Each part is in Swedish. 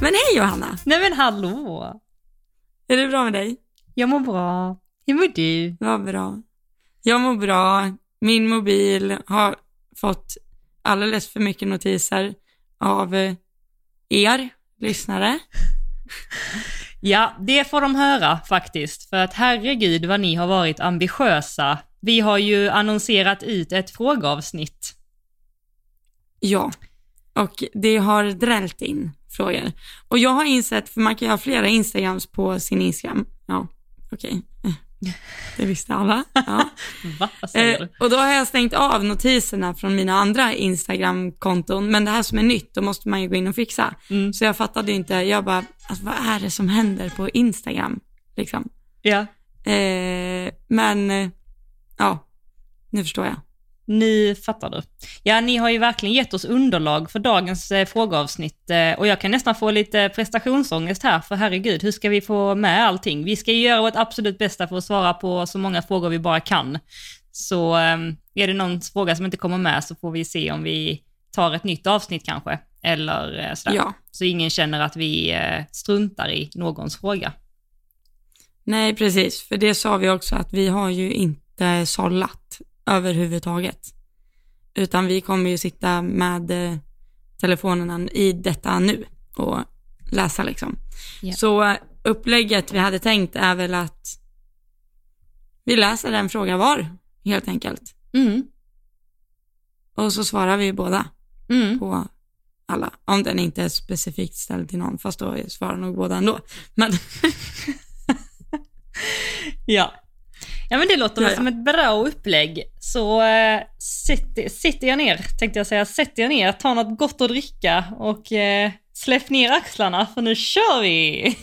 Men hej Johanna! Nej men hallå! Är det bra med dig? Jag mår bra. Hur mår du? Vad bra. Jag mår bra. Min mobil har fått alldeles för mycket notiser av er lyssnare. Ja, det får de höra faktiskt. För att herregud vad ni har varit ambitiösa. Vi har ju annonserat ut ett frågeavsnitt. Ja, och det har drällt in frågor. Och jag har insett, för man kan ju ha flera Instagrams på sin Instagram. Ja, okej. Det visste alla. Ja. Va? Vad säger du? Och då har jag stängt av notiserna från mina andra Instagram-konton. Men det här som är nytt, då måste man ju gå in och fixa. Så jag fattade inte, jag bara, alltså, vad är det som händer på Instagram? Liksom. Ja. Men, ja, nu förstår jag. Nu fattar du. Ja, ni har ju verkligen gett oss underlag för dagens frågeavsnitt och jag kan nästan få lite prestationsångest här, för herregud, hur ska vi få med allting? Vi ska ju göra vårt absolut bästa för att svara på så många frågor vi bara kan. Så är det någon fråga som inte kommer med så får vi se om vi tar ett nytt avsnitt kanske, eller sådär. Ja. Så ingen känner att vi struntar i någons fråga. Nej, precis. För det sa vi också, att vi har ju inte sållat överhuvudtaget. Utan vi kommer ju sitta med telefonerna i detta nu och läsa liksom. Yeah. Så upplägget vi hade tänkt är väl att vi läser en fråga var, helt enkelt. Och så svarar vi båda på alla. Om den inte är specifikt ställd till någon, fast då svarar nog båda ändå. Men ja. Ja, men det låter väl som ett bra upplägg. Så sitter jag ner, tänkte jag säga. Sätter jag ner, ta något gott att dricka och släpp ner axlarna, för nu kör vi!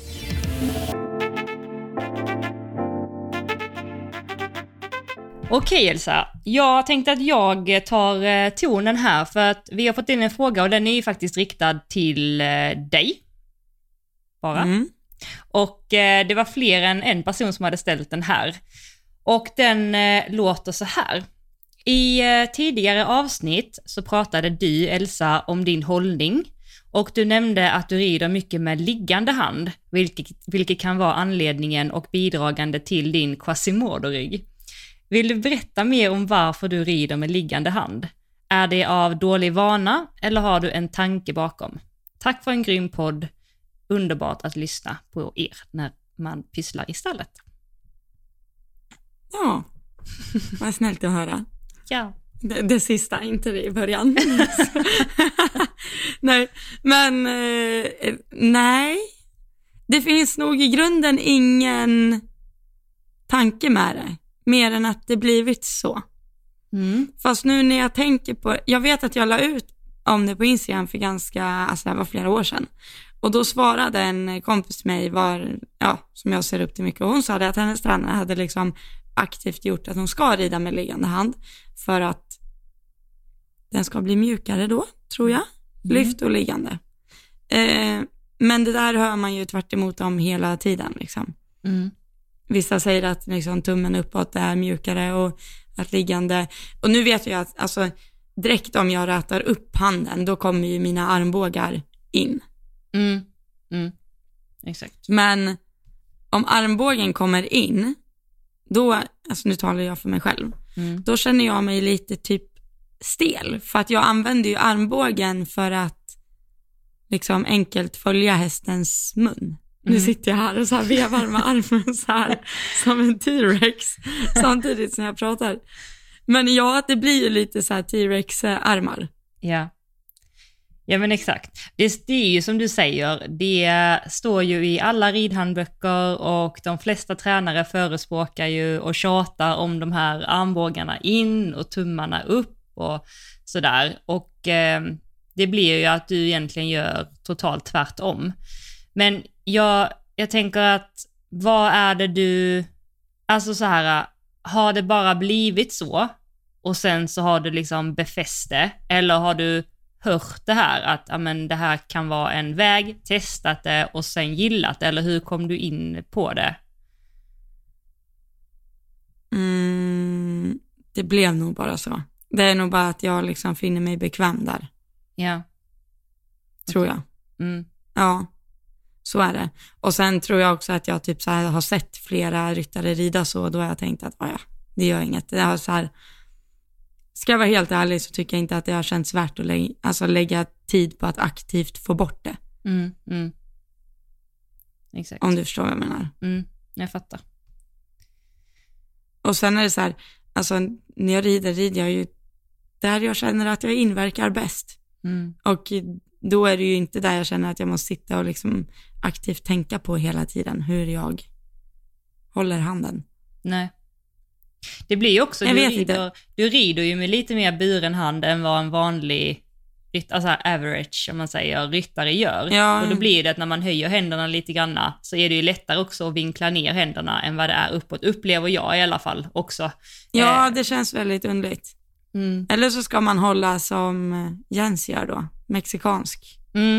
Okej Elsa, jag tänkte att jag tar tonen här, för att vi har fått in en fråga och den är ju faktiskt riktad till dig. Bara. Och det var fler än en person som hade ställt den här. Och den låter så här. I tidigare avsnitt så pratade du, Elsa, om din hållning. Och du nämnde att du rider mycket med liggande hand, vilket kan vara anledningen och bidragande till din Quasimodo-rygg. Vill du berätta mer om varför du rider med liggande hand? Är det av dålig vana eller har du en tanke bakom? Tack för en grym podd. Underbart att lyssna på er när man pysslar i stallet. Ja, vad snällt att höra. Ja. Det sista, inte det i början. Nej, men nej. Det finns nog i grunden ingen tanke med det. Mer än att det blivit så. Fast nu när jag tänker på, jag vet att jag la ut om det på Instagram för det var flera år sedan. Och då svarade en kompis mig som jag ser upp till mycket. Och hon sa att hennes tränare hade liksom aktivt gjort att hon ska rida med liggande hand. För att den ska bli mjukare då, tror jag. Lyft och liggande. Men det där hör man ju tvärt emot om hela tiden liksom. Vissa säger att liksom, tummen uppåt är mjukare och att liggande. Och nu vet jag att alltså, direkt om jag rätar upp handen, då kommer ju mina armbågar in. Exakt. Men om armbågen kommer in, då, alltså nu talar jag för mig själv, då känner jag mig lite typ stel. För att jag använder ju armbågen för att liksom enkelt följa hästens mun. Nu sitter jag här och så här vevar med armen så här som en T-Rex samtidigt som jag pratar. Men ja, det blir ju lite så här T-Rex-armar. Ja, men exakt. Det är ju som du säger, det står ju i alla ridhandböcker och de flesta tränare förespråkar ju och tjatar om de här armbågarna in och tummarna upp och sådär. Och det blir ju att du egentligen gör totalt tvärtom. Men jag tänker att vad är det du, alltså så här, har det bara blivit så och sen så har du liksom befäst det, eller har du hört det här att amen, det här kan vara en väg, testat det och sen gillat det, eller hur kom du in på det? Det blev nog bara så. Det är nog bara att jag liksom finner mig bekväm där. Ja. Tror jag. Mm. Ja. Så är det. Och sen tror jag också att jag typ så här har sett flera ryttare rida så, då har jag tänkt att ja, det gör inget. Det har så här, ska jag vara helt ärlig så tycker jag inte att det har känts värt att lägga tid på att aktivt få bort det. Exakt. Om du förstår vad jag menar. Jag fattar. Och sen är det så här, alltså när jag rider jag ju där jag känner att jag inverkar bäst. Och då är det ju inte där jag känner att jag måste sitta och liksom aktivt tänka på hela tiden hur jag håller handen. Nej. Det blir ju också, du rider ju med lite mer buren hand än vad en vanlig alltså average, om man säger, ryttare gör. Ja. Och då blir det att när man höjer händerna lite granna så är det ju lättare också att vinkla ner händerna än vad det är uppåt, upplever jag i alla fall också. Ja, det känns väldigt underligt. Eller så ska man hålla som Jens gör då, mexikansk.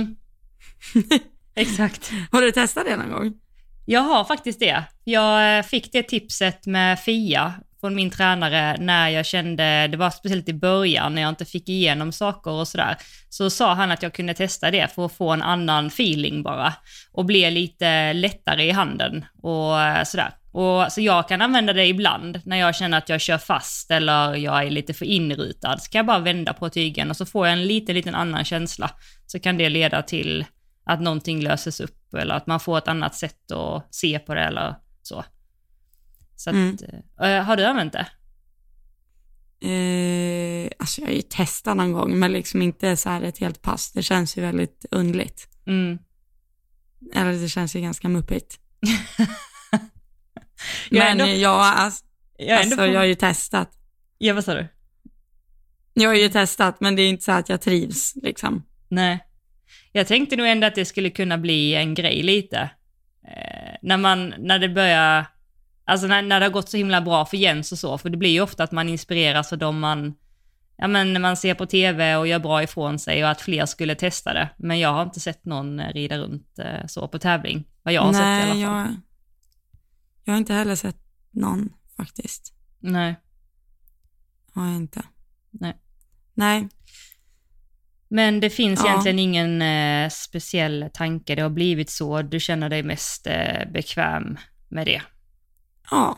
Exakt. Har du testat det någon gång? Jag har faktiskt det. Jag fick det tipset med Fia från min tränare när jag kände, det var speciellt i början när jag inte fick igenom saker och sådär. Så sa han att jag kunde testa det för att få en annan feeling bara. Och bli lite lättare i handen och sådär. Och så jag kan använda det ibland när jag känner att jag kör fast eller jag är lite för inrutad. Så kan jag bara vända på tygen och så får jag en liten annan känsla. Så kan det leda till att någonting löses upp eller att man får ett annat sätt att se på det eller så. Så att, har du använt det? Alltså jag har ju testat någon gång men liksom inte så här ett helt pass. Det känns ju väldigt underligt. Eller det känns ju ganska muppigt. Men jag har ju testat. Ja, vad sa du? Jag har ju testat men det är inte så att jag trivs liksom. Nej. Jag tänkte nog ändå att det skulle kunna bli en grej lite. När det börjar, alltså när det har gått så himla bra för Jens och så, för det blir ju ofta att man inspireras av dem när man ser på tv och gör bra ifrån sig och att fler skulle testa det. Men jag har inte sett någon rida runt så på tävling. Vad jag har sett i alla fall. Jag har inte heller sett någon faktiskt. Nej. Har jag inte. Nej. Men det finns egentligen ingen speciell tanke. Det har blivit så. Du känner dig mest bekväm med det. Ja.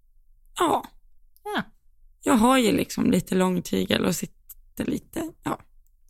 Jag har ju liksom lite långtygel och sitter lite. Ja.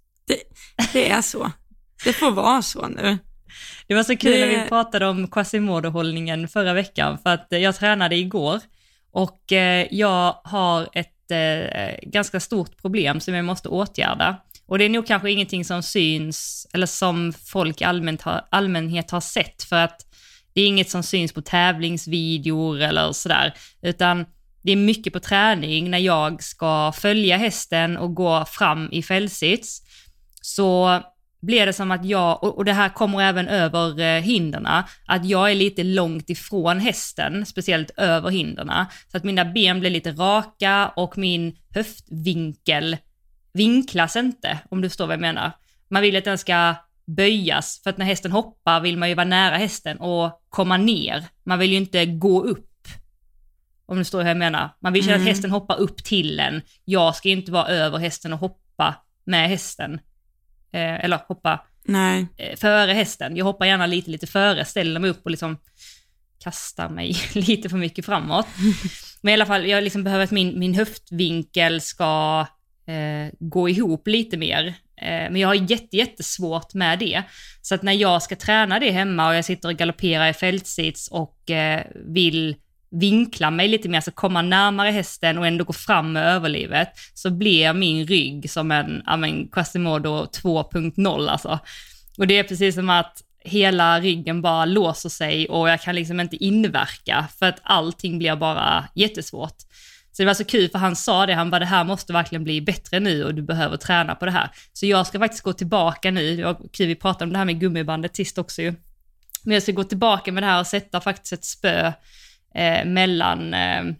Det är så. Det får vara så nu. Det var så kul när vi pratade om Quasimodo-hållningen förra veckan. För att jag tränade igår. Och jag har ett ganska stort problem som jag måste åtgärda. Och det är nog kanske ingenting som syns eller som folk allmänhet har sett, för att det är inget som syns på tävlingsvideor eller sådär, utan det är mycket på träning när jag ska följa hästen och gå fram i fällsits, så blir det som att jag, och det här kommer även över hinderna, att jag är lite långt ifrån hästen, speciellt över hinderna, så att mina ben blir lite raka och min höftvinkel vinklas inte, om du förstår vad jag menar. Man vill att den ska böjas, för att när hästen hoppar vill man ju vara nära hästen och komma ner. Man vill ju inte gå upp, om du förstår vad jag menar. Man vill känna att hästen hoppar upp till en. Jag ska inte vara över hästen och hoppa med hästen. Eller hoppa före hästen. Jag hoppar gärna lite före, ställer mig upp och liksom kastar mig lite för mycket framåt. Men i alla fall, jag liksom behöver att min höftvinkel ska gå ihop lite mer. Men jag har jättesvårt med det. Så att när jag ska träna det hemma och jag sitter och galopperar i fältsits och vill vinkla mig lite mer, så komma närmare hästen och ändå gå fram med överlivet, så blir min rygg som en Quasimodo 2.0 alltså. Och det är precis som att hela ryggen bara låser sig och jag kan liksom inte inverka, för att allting blir bara jättesvårt. Så det var så kul, för han sa det, han bara, det här måste verkligen bli bättre nu och du behöver träna på det här. Så jag ska faktiskt gå tillbaka nu, det var kul, vi pratade om det här med gummibandet sist också ju. Men jag ska gå tillbaka med det här och sätta faktiskt ett spö mellan,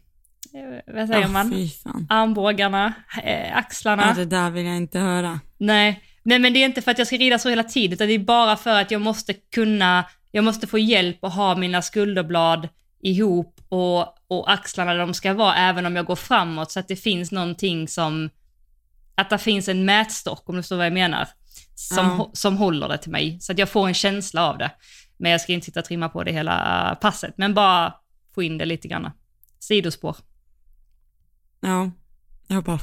vad säger man? Armbågarna, axlarna. Ja, det där vill jag inte höra. Nej, men det är inte för att jag ska rida så hela tiden, utan det är bara för att jag måste få hjälp att ha mina skulderblad ihop och axlarna där de ska vara, även om jag går framåt, så att det finns någonting som, att det finns en mätstock, om du förstår vad jag menar, som håller det till mig, så att jag får en känsla av det. Men jag ska inte sitta och trimma på det hela passet. Men bara få in det lite grann. Sidospår. Ja, jag bara...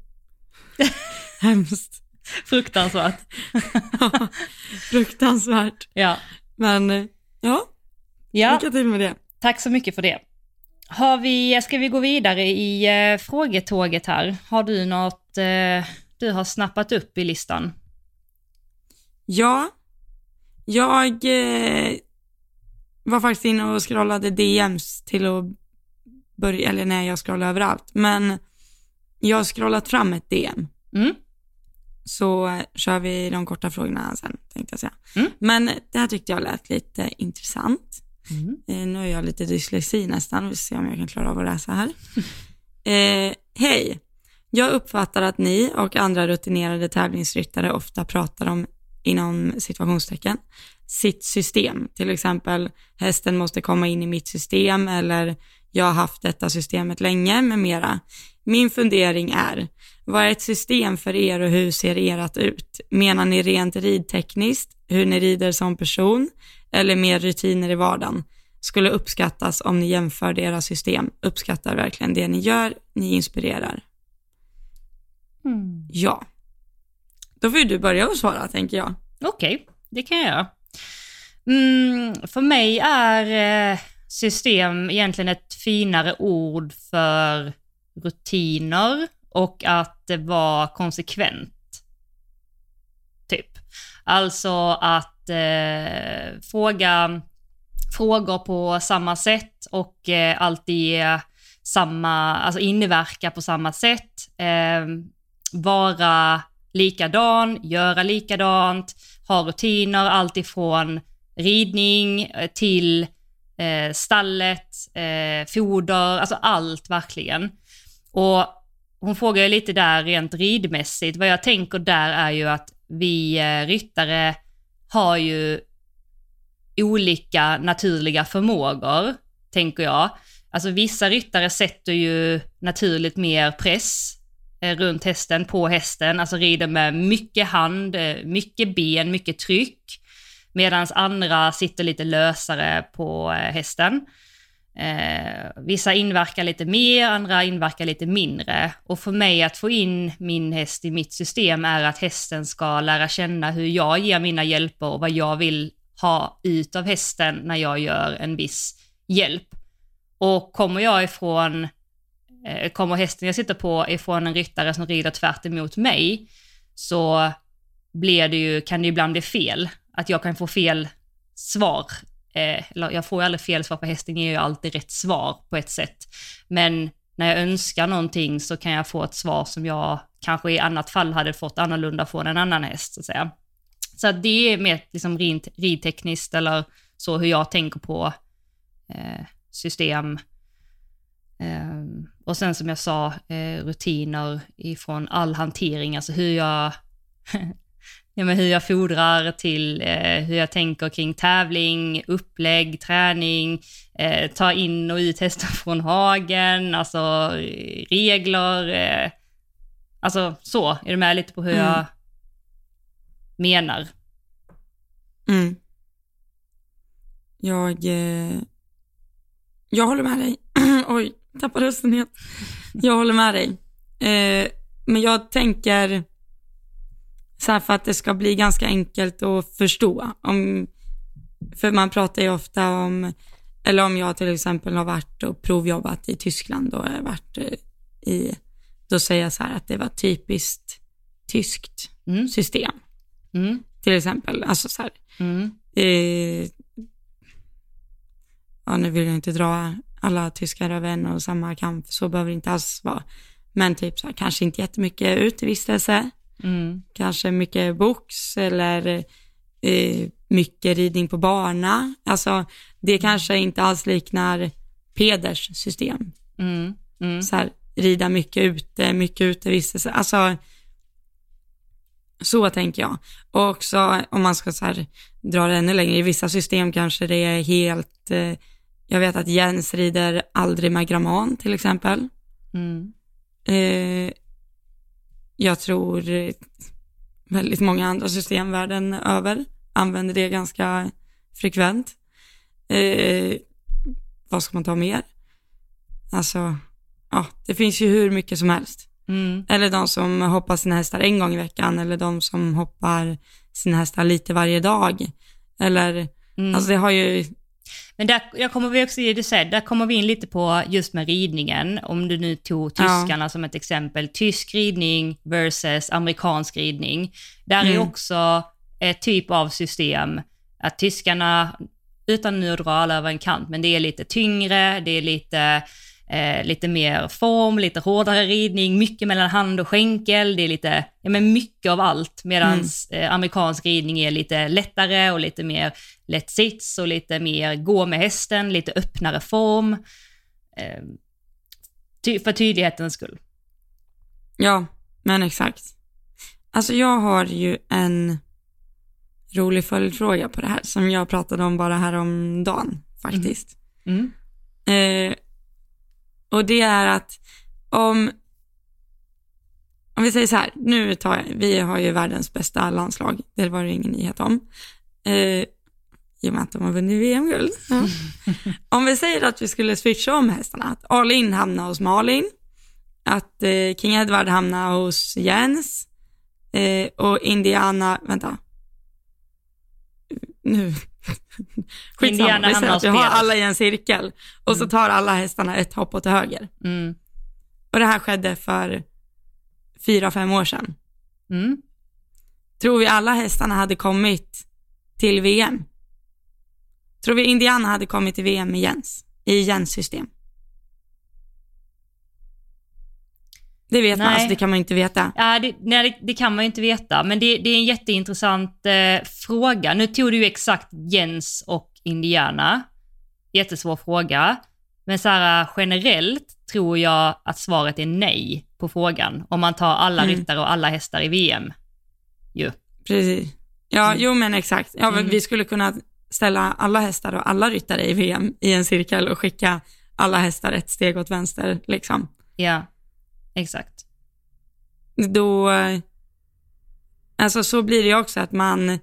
Hemskt. Fruktansvärt. Ja, fruktansvärt. Ja. Men ja, lycka till med det. Tack så mycket för det. Ska vi gå vidare i frågetåget här? Har du något du har snappat upp i listan? Ja, jag var faktiskt inne och scrollade DMs till att börja, eller nej, jag scrollar överallt. Men jag har scrollat fram ett DM. Så kör vi de korta frågorna sen, tänkte jag säga. Men det här tyckte jag lät lite intressant. Nu är jag lite dyslexi nästan. Vi ser om jag kan klara av att läsa här. Hej, jag uppfattar att ni och andra rutinerade tävlingsryttare ofta pratar om, inom situationstecken, sitt system. Till exempel, hästen måste komma in i mitt system, eller jag har haft detta systemet länge med mera. Min fundering är, vad är ett system för er och hur ser ert ut? Menar ni rent ridtekniskt, hur ni rider som person, eller mer rutiner i vardagen? Skulle uppskattas om ni jämför era system. Uppskattar verkligen det ni gör, ni inspirerar. Ja. Då får du börja och svara, tänker jag. Okej, det kan jag göra. För mig är system egentligen ett finare ord för rutiner och att det var konsekvent. Typ. Alltså att fråga frågor på samma sätt och alltid samma, alltså inverka på samma sätt. Vara likadan, göra likadant, ha rutiner, allt ifrån ridning till stallet, foder, alltså allt verkligen. Och hon frågar ju lite där rent ridmässigt. Vad jag tänker där är ju att vi ryttare har ju olika naturliga förmågor, tänker jag. Alltså vissa ryttare sätter ju naturligt mer press runt hästen, på hästen. Alltså rider med mycket hand, mycket ben, mycket tryck. Medan andra sitter lite lösare på hästen. Vissa inverkar lite mer, andra inverkar lite mindre. Och för mig att få in min häst i mitt system är att hästen ska lära känna hur jag ger mina hjälper och vad jag vill ha ut av hästen när jag gör en viss hjälp. Och kommer hästen jag sitter på ifrån en ryttare som rider tvärt emot mig, så kan det ibland bli fel. Att jag kan få fel svar. Eller jag får ju aldrig fel svar, för hästen ger ju alltid rätt svar på ett sätt. Men när jag önskar någonting så kan jag få ett svar som jag kanske i annat fall hade fått annorlunda från en annan häst, så att säga. Så att det är mer liksom ridtekniskt eller så hur jag tänker på system. Och sen som jag sa, rutiner ifrån all hantering, alltså hur jag fodrar till hur jag tänker kring tävling, upplägg, träning, ta in och ut hästar från hagen, alltså regler, alltså så, är du med lite på hur jag menar? Jag håller med dig. Oj, tappade rösten helt. Jag håller med dig. Men jag tänker så här, för att det ska bli ganska enkelt att förstå. För man pratar ju ofta om, eller om jag till exempel har varit och provjobbat i Tyskland och varit då säger jag så här att det var typiskt tyskt system. Till exempel, alltså så här. Nu vill jag inte dra alla tyskar över en och samma kamp, så behöver det inte alls vara. Men typ så här, kanske inte jättemycket utevistelse. Kanske mycket box eller mycket ridning på bana. Alltså det kanske inte alls liknar Peders system. Så här, rida mycket utevistelse. Alltså så tänker jag. Och också om man ska så här, dra det ännu längre, i vissa system kanske det är helt jag vet att Jens rider aldrig med gramman till exempel. Jag tror väldigt många andra system världen över använder det ganska frekvent. Vad ska man ta mer? Alltså, ja, det finns ju hur mycket som helst. Eller de som hoppar sina hästar en gång i veckan, eller de som hoppar sina hästar lite varje dag. Eller, alltså det har ju... Men där kommer vi också, där kommer vi in lite på just med ridningen. Om du nu tog tyskarna som ett exempel. Tysk ridning versus amerikansk ridning. Där är också ett typ av system att tyskarna, utan nu att dra alla över en kant, men det är lite tyngre, det är lite mer form, lite hårdare ridning, mycket mellan hand och skänkel, det är lite, mycket av allt, medan amerikansk ridning är lite lättare och lite mer lätt sits och lite mer gå med hästen, lite öppnare form, för tydlighetens skull. Ja, men exakt. Alltså jag har ju en rolig följdfråga på det här som jag pratade om bara här om dagen faktiskt. Och det är att om vi säger så här, vi har ju världens bästa landslag, det var det ingen nyhet om. I och med att de har vunnit VM-guld. Ja. Om vi säger att vi skulle switcha om hästarna, att All In hamnar hos Malin, att King Edward hamnar hos Jens, och Indiana, vänta. Nu. Skitsamma, vi säger att vi har alla i en cirkel och så tar alla hästarna ett hopp åt höger. Och det här skedde för 4-5 år sedan. Tror vi alla hästarna hade kommit till VM? Tror vi Indiana hade kommit till VM med Jens, i Jens system? Det vet man, alltså det kan man inte veta. Ja, det kan man ju inte veta. Men det är en jätteintressant fråga. Nu tog du ju exakt Jens och Indiana. Jättesvår fråga. Men så här, generellt tror jag att svaret är nej på frågan. Om man tar alla ryttare och alla hästar i VM. Precis. Ja, jo men exakt. Ja, vi skulle kunna ställa alla hästar och alla ryttare i VM i en cirkel och skicka alla hästar ett steg åt vänster liksom. Ja. Exakt. Då, alltså så blir det ju också att man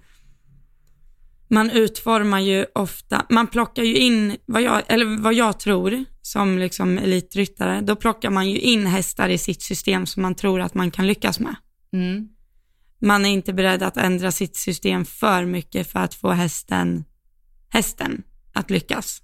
utformar ju ofta, man plockar ju in vad jag tror som liksom elitryttare, då plockar man ju in hästar i sitt system som man tror att man kan lyckas med. Man är inte beredd att ändra sitt system för mycket för att få hästen att lyckas.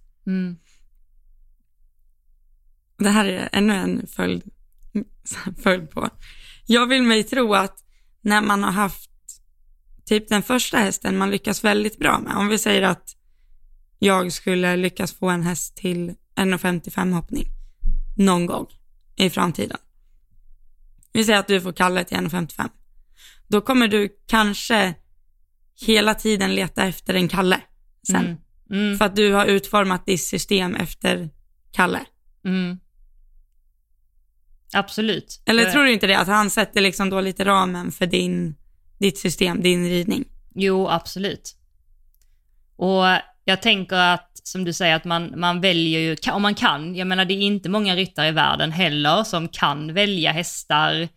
Det här är ännu en följd på. Jag vill mig tro att när man har haft typ den första hästen man lyckas väldigt bra med. Om vi säger att jag skulle lyckas få en häst till 1,55 hoppning någon gång i framtiden. Vi säger att du får Kalle till 1,55. Då kommer du kanske hela tiden leta efter en Kalle sen. För att du har utformat ditt system efter Kalle. Absolut. Eller tror du inte det? Att han sätter liksom då lite ramen för ditt system, din ridning? Jo, absolut. Och jag tänker att, som du säger, att man väljer ju, om man kan, jag menar det är inte många ryttare i världen heller som kan välja hästar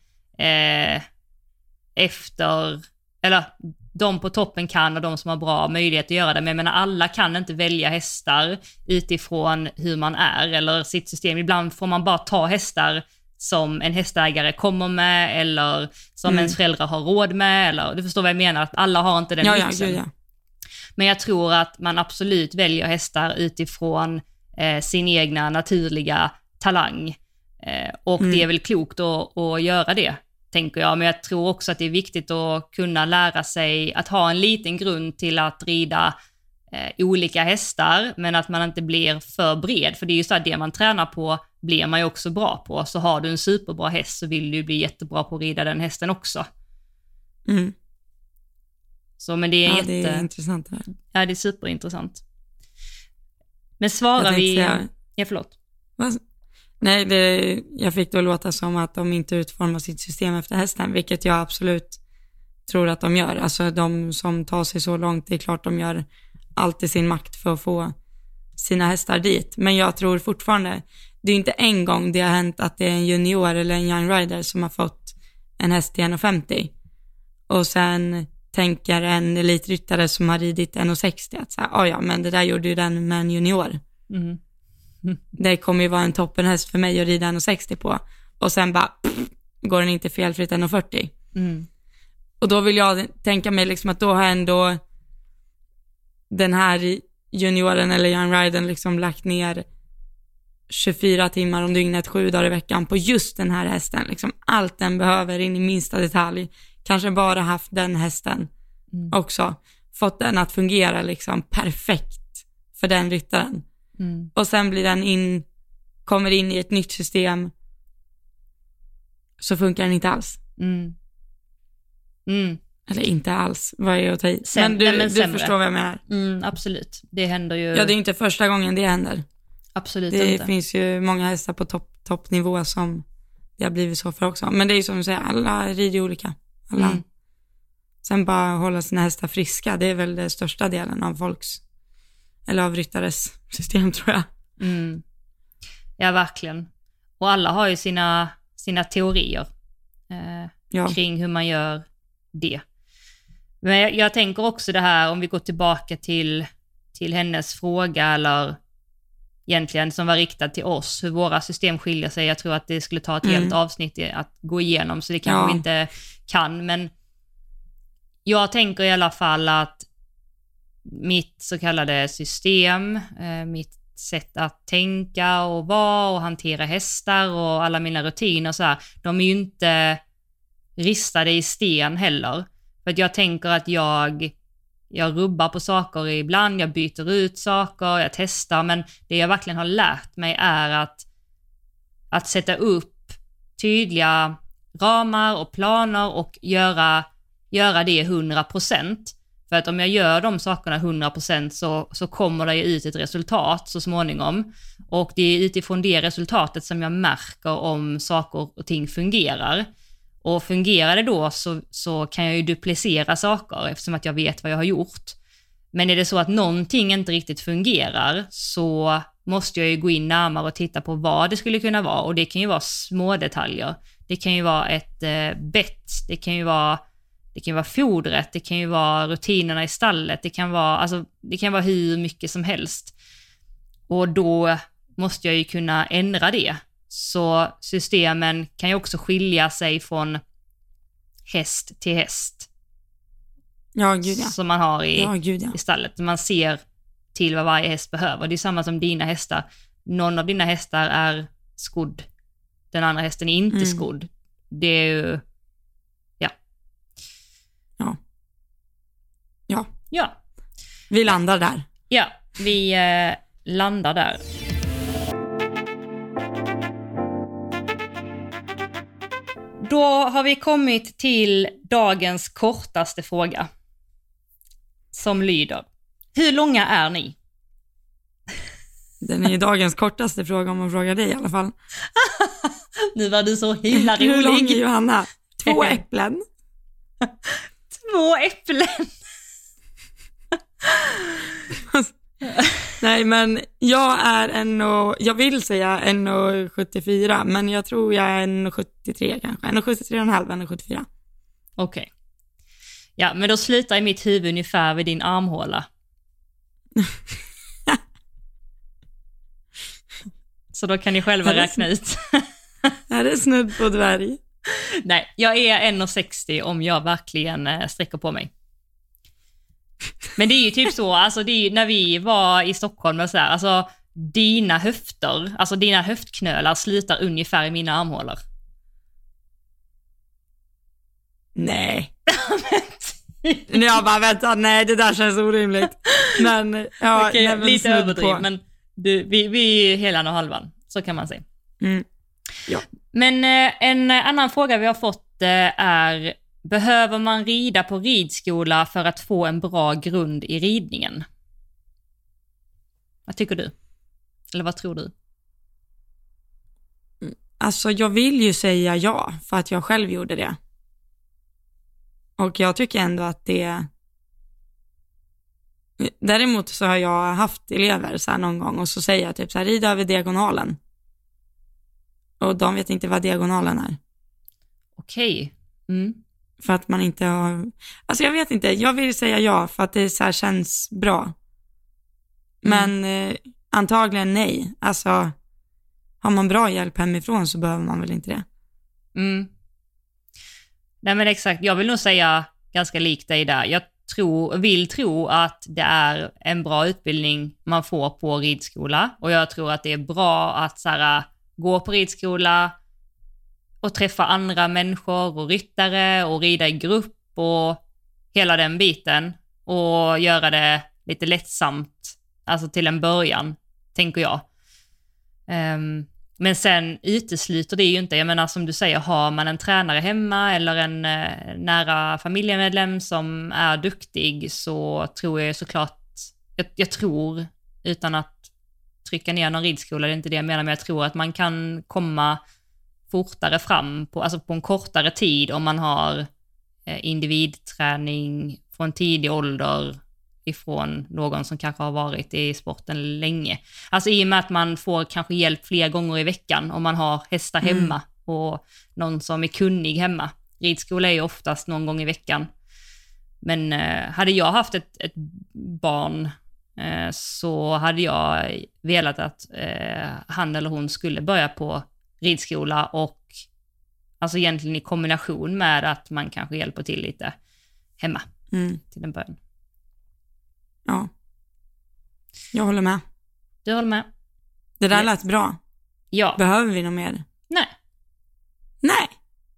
efter, eller de på toppen kan och de som har bra möjlighet att göra det, men jag menar alla kan inte välja hästar utifrån hur man är eller sitt system. Ibland får man bara ta hästar som en hästägare kommer med eller som ens föräldrar har råd med, eller du förstår vad jag menar, att alla har inte den lyxen. Ja. Men jag tror att man absolut väljer hästar utifrån sin egna naturliga talang och det är väl klokt att göra det, tänker jag. Men jag tror också att det är viktigt att kunna lära sig att ha en liten grund till att rida olika hästar, men att man inte blir för bred, för det är ju så att det man tränar på blir man ju också bra på. Så har du en superbra häst så vill du bli jättebra på att rida den hästen också. Så, men det är det är intressant det här. Ja, det är superintressant. Men svarar vi... Ja, förlåt. Nej, jag fick då låta som att de inte utformar sitt system efter hästen, vilket jag absolut tror att de gör. Alltså de som tar sig så långt, det är klart de gör allt i sin makt för att få sina hästar dit. Men jag tror fortfarande, det är inte en gång det har hänt att det är en junior eller en young rider som har fått en häst till 1,50 och sen tänker en elitryttare som har ridit 1,60 att så här, ja men det där gjorde ju den med en junior. Det kommer ju vara en toppenhäst för mig att rida 1,60 på. Och sen bara går den inte felfritt 1,40. Och då vill jag tänka mig liksom att då har ändå den här junioren eller young ridern liksom lagt ner 24 timmar om dygnet 7 dagar i veckan på just den här hästen. Liksom allt den behöver in i minsta detalj. Kanske bara haft den hästen också. Fått den att fungera liksom perfekt för den ryttaren. Och sen blir den kommer in i ett nytt system, så funkar den inte alls. Eller inte alls, vad är att ta i? Men du förstår vad jag menar. Absolut, det händer ju. Ja, det är inte första gången det händer. Absolut det inte. Det finns ju många hästar på toppnivå som det har blivit så för också. Men det är ju som du säger, alla rider olika. Alla. Sen bara hålla sina hästar friska, det är väl den största delen av folks, eller av ryttares system, tror jag. Ja, verkligen. Och alla har ju sina teorier kring hur man gör det. Men jag tänker också det här, om vi går tillbaka till hennes fråga, eller egentligen som var riktad till oss, hur våra system skiljer sig. Jag tror att det skulle ta ett helt avsnitt att gå igenom, så det kanske vi inte kan. Men jag tänker i alla fall att mitt så kallade system, mitt sätt att tänka och vara och hantera hästar och alla mina rutiner så här, de är ju inte ristade i sten heller. För att jag tänker att jag rubbar på saker ibland, jag byter ut saker, jag testar, men det jag verkligen har lärt mig är att sätta upp tydliga ramar och planer och göra det 100%. För att om jag gör de sakerna 100% så kommer det ut ett resultat så småningom. Och det är utifrån det resultatet som jag märker om saker och ting fungerar. Och fungerar det då så kan jag ju duplicera saker eftersom att jag vet vad jag har gjort. Men är det så att någonting inte riktigt fungerar, så måste jag ju gå in närmare och titta på vad det skulle kunna vara. Och det kan ju vara små detaljer. Det kan ju vara ett bett, det kan ju vara fodret, det kan ju vara rutinerna i stallet, det kan vara hur mycket som helst. Och då måste jag ju kunna ändra det. Så systemen kan ju också skilja sig från häst till häst. Ja, gud ja. Som man har i stallet. Man ser till vad varje häst behöver. Det är samma som dina hästar. Någon av dina hästar är skodd. Den andra hästen är inte skodd. Det är ju... Ja. Vi landar där. Ja, vi landar där. Då har vi kommit till dagens kortaste fråga. Som lyder: hur långa är ni? Den är ju dagens kortaste fråga om man frågar dig i alla fall. Nu var du så himla rolig. Hur lång är Johanna? 2 äpplen. 2 äpplen. Nej, men jag vill säga 1,74, men jag tror jag är 1,73 kanske. 1,73,5, 1,74. Okej. Ja, men då slutar i mitt huvud ungefär vid din armhåla. Så då kan ni själva räkna ut. Är det snudd på dvärg? Nej, jag är 1,60 om jag verkligen sträcker på mig. Men det är ju typ så, alltså det är ju, när vi var i Stockholm och så här, alltså dina höfter, alltså dina höftknölar slutar ungefär i mina armhålor. Nej. Jag bara vänta, nej det där känns orimligt. Men ja, okej, lite överdrivet, men vi är hela och halvan, så kan man säga. Ja. Men en annan fråga vi har fått är: behöver man rida på ridskola för att få en bra grund i ridningen? Vad tycker du? Eller vad tror du? Alltså jag vill ju säga ja, för att jag själv gjorde det. Och jag tycker ändå att det... Däremot så har jag haft elever så här någon gång och så säger jag typ så här: rida över diagonalen. Och de vet inte vad diagonalen är. Okej. För att man inte har... Alltså jag vet inte, jag vill säga ja för att det så här känns bra. Men antagligen nej. Alltså har man bra hjälp hemifrån så behöver man väl inte det. Nej men exakt, jag vill nog säga ganska likt dig där. Jag vill tro att det är en bra utbildning man får på ridskola. Och jag tror att det är bra att så här, gå på ridskola och träffa andra människor och ryttare och rida i grupp och hela den biten. Och göra det lite lättsamt, alltså till en början, tänker jag. Men sen utesluter det ju inte, jag menar som du säger, har man en tränare hemma eller en nära familjemedlem som är duktig, så tror jag såklart, jag tror, utan att trycka ner någon ridskola, det är inte det jag menar, men jag tror att man kan komma fortare fram på en kortare tid om man har individträning från tidig ålder ifrån någon som kanske har varit i sporten länge. Alltså i och med att man får kanske hjälp flera gånger i veckan om man har hästar hemma och någon som är kunnig hemma. Ridskola är ju oftast någon gång i veckan. Men hade jag haft ett barn så hade jag velat att han eller hon skulle börja på ridskola, och alltså egentligen i kombination med att man kanske hjälper till lite hemma till en början. Ja, jag håller med. Du håller med? Det där lät bra. Ja. Behöver vi något mer? Nej.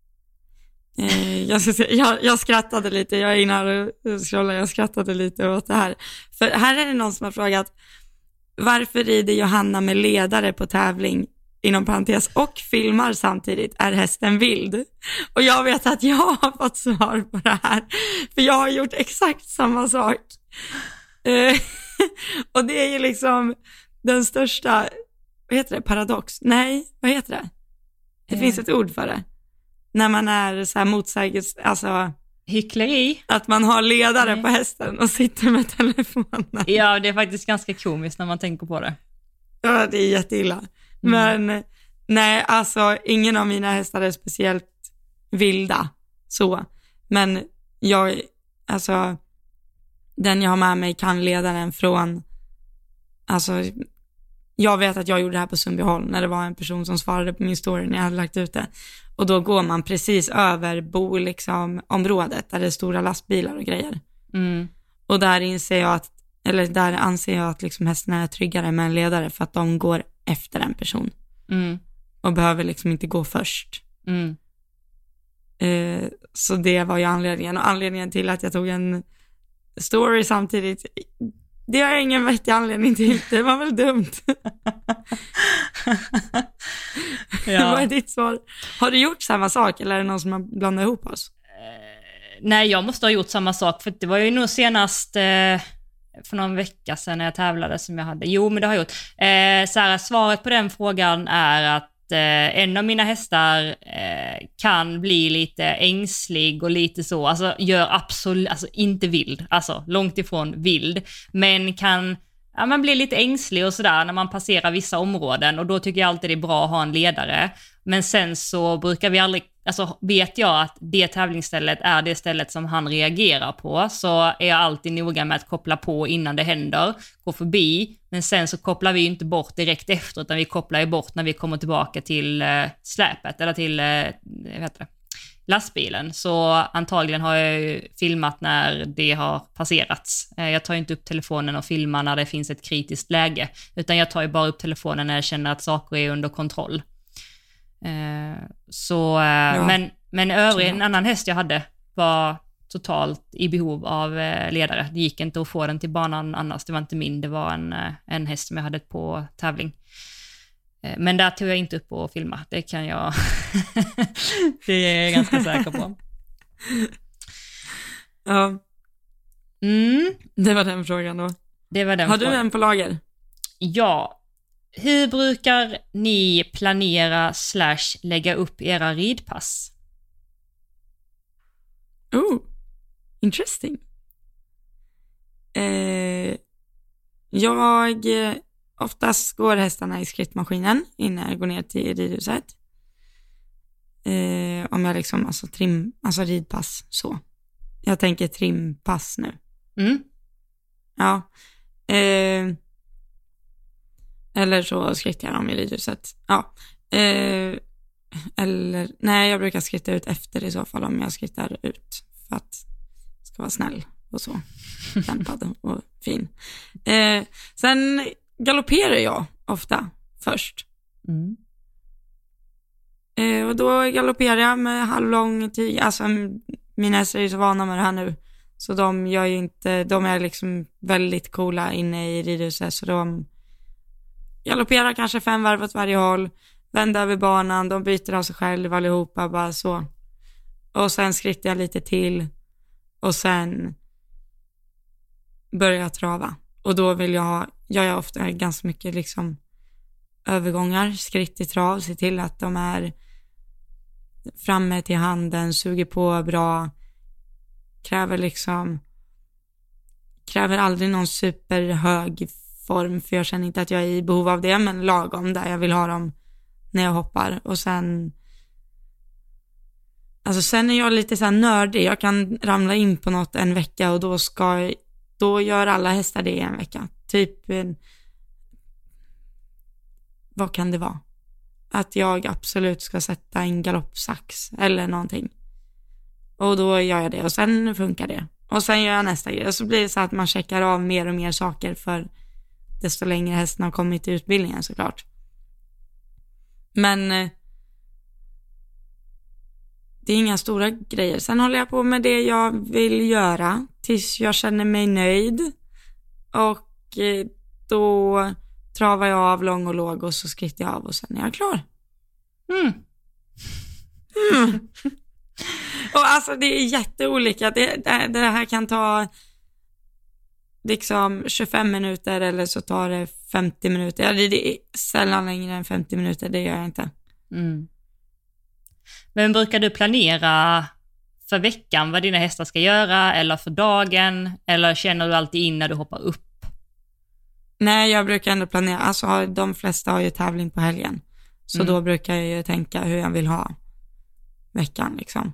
Jag skrattade lite. Jag är inne här och scrollar. Jag skrattade lite åt det här. För här är det någon som har frågat: varför rider Johanna med ledare på tävling, inom parentes, och filmar samtidigt? Är hästen vild? Och jag vet att jag har fått svar på det här. För jag har gjort exakt samma sak. Och det är ju liksom den största, vad heter det, paradox? Nej, vad heter det? Det finns ett ord för det. När man är så här motsägelse, alltså hyckleri. Att man har ledare på hästen och sitter med telefonen. Ja, det är faktiskt ganska komiskt när man tänker på det. Ja, det är jätteilla. Men nej, alltså ingen av mina hästar är speciellt vilda så. Men alltså den jag har med mig kan leda den från, alltså jag vet att jag gjorde det här på Sundbyholm när det var en person som svarade på min story när jag hade lagt ut det. Och då går man precis över området där det är stora lastbilar och grejer. Och där anser jag att liksom hästarna är tryggare med en ledare för att de går efter en person. Och behöver liksom inte gå först. Så det var ju anledningen. Och anledningen till att jag tog en story samtidigt, det har jag ingen vettig anledning till. Det var väl dumt. Ja. Vad är ditt svar? Har du gjort samma sak eller är det någon som har blandat ihop oss? Nej, jag måste ha gjort samma sak, för det var ju nog senast för någon vecka sedan när jag tävlade som jag hade. Jo, men det har jag gjort. Svaret på den frågan är att en av mina hästar kan bli lite ängslig och lite så, alltså gör absolut, alltså inte vild, alltså långt ifrån vild, men man blir lite ängslig och sådär när man passerar vissa områden, och då tycker jag alltid det är bra att ha en ledare. Men sen så brukar vi aldrig, alltså vet jag att det tävlingsstället är det stället som han reagerar på, så är jag alltid noga med att koppla på innan det händer, gå förbi, men sen så kopplar vi inte bort direkt efter, utan vi kopplar ju bort när vi kommer tillbaka till släpet eller till lastbilen. Så antagligen har jag ju filmat när det har passerats. Jag tar inte upp telefonen och filmar när det finns ett kritiskt läge, utan jag tar ju bara upp telefonen när jag känner att saker är under kontroll. Men en annan häst jag hade var totalt i behov av ledare. Det gick inte att få den till banan annars. Det var inte min, det var en häst som jag hade på tävling. Men där tog jag inte upp och filma. Det kan jag det är jag ganska säker på. Ja. Det var den frågan då. Har du en på lager? Ja. Hur brukar ni planera / lägga upp era ridpass? Interesting. Jag oftast går hästarna i skrittmaskinen innan jag går ner till ridhuset. Om jag liksom, alltså ridpass så. Jag tänker trimpass nu. Ja. Eller så skrittar jag dem i ridhuset. Ja. Eller, nej, jag brukar skritta ut efter i så fall om jag skrittar ut. För att jag ska vara snäll och så. Dämpad och fin. Sen galopperar jag ofta först. Och då galopperar jag med halvlång tid. Alltså mina hästar är ju så vana med det här nu. Så de gör ju inte, de är liksom väldigt coola inne i ridhuset. Så de galopperar kanske 5 varv åt varje håll. Vänder över banan, de byter av sig själva allihopa, bara så. Och sen skrittar jag lite till. Och sen börjar jag trava. Och då gör jag ofta ganska mycket liksom övergångar, skritt i trav, se till att de är framme till handen, suger på bra, kräver aldrig någon superhög form, för jag känner inte att jag är i behov av det, men lagom där jag vill ha dem när jag hoppar. Och sen är jag lite så här nördig, jag kan ramla in på något en vecka och då gör alla hästar det i en vecka, typ vad kan det vara? Att jag absolut ska sätta en galoppsax eller någonting. Och då gör jag det och sen funkar det. Och sen gör jag nästa grej. Och så blir det så att man checkar av mer och mer saker för desto längre hästen har kommit till utbildningen såklart. Men det är inga stora grejer. Sen håller jag på med det jag vill göra tills jag känner mig nöjd. Och då travar jag av lång och låg och så skrittar jag av och sen är jag klar. Och alltså det är jätteolika. Det här kan ta liksom 25 minuter eller så tar det 50 minuter. Det är sällan längre än 50 minuter, det gör jag inte. Men brukar du planera för veckan vad dina hästar ska göra eller för dagen, eller känner du alltid in när du hoppar upp? Nej, jag brukar ändå planera. Alltså de flesta har ju tävling på helgen. Så då brukar jag ju tänka hur jag vill ha veckan liksom.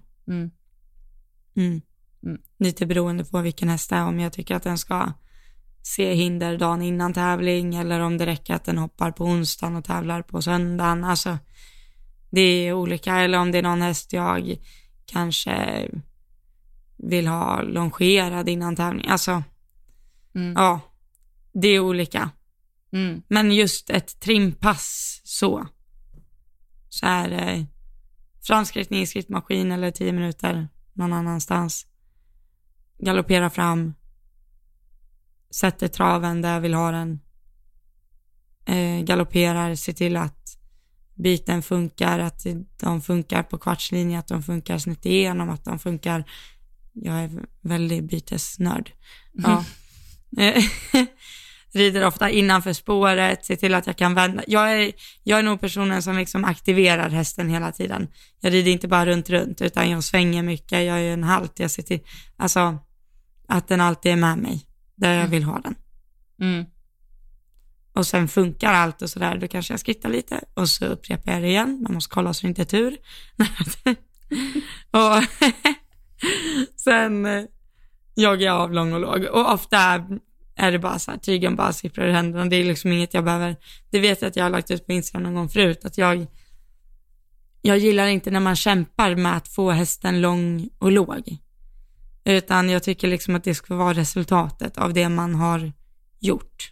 Lite beroende på vilken häst det är. Om jag tycker att den ska se hinder dagen innan tävling, eller om det räcker att den hoppar på onsdagen och tävlar på söndagen. Alltså det är olika. Eller om det är någon häst jag kanske vill ha longerad innan tävling. Alltså ja, det är olika. Men just ett trimpass så är det framskrittning i skrittmaskin eller 10 minuter någon annanstans. Galoppera fram, sätter traven där jag vill ha den, galopperar, se till att biten funkar, att de funkar på kvartslinje, att de funkar snitt igenom, att de funkar. Jag är väldigt bytesnörd. Ja. Rider ofta innanför spåret, se till att jag kan vända. Jag är nog personen som liksom aktiverar hästen hela tiden. Jag rider inte bara runt utan jag svänger mycket, jag gör en halt, jag ser till alltså att den alltid är med mig där jag vill ha den. Och sen funkar allt och sådär, då kanske jag skrittar lite och så upprepar jag det igen. Man måste kolla så det inte är tur. Och sen jagar jag av lång och låg. Och ofta är det bara så här, tygen bara sipprar i händerna. Det är liksom inget jag behöver. Det vet jag att jag har lagt ut på Instagram någon gång förut. Att jag gillar inte när man kämpar med att få hästen lång och låg. Utan jag tycker liksom att det ska vara resultatet av det man har gjort.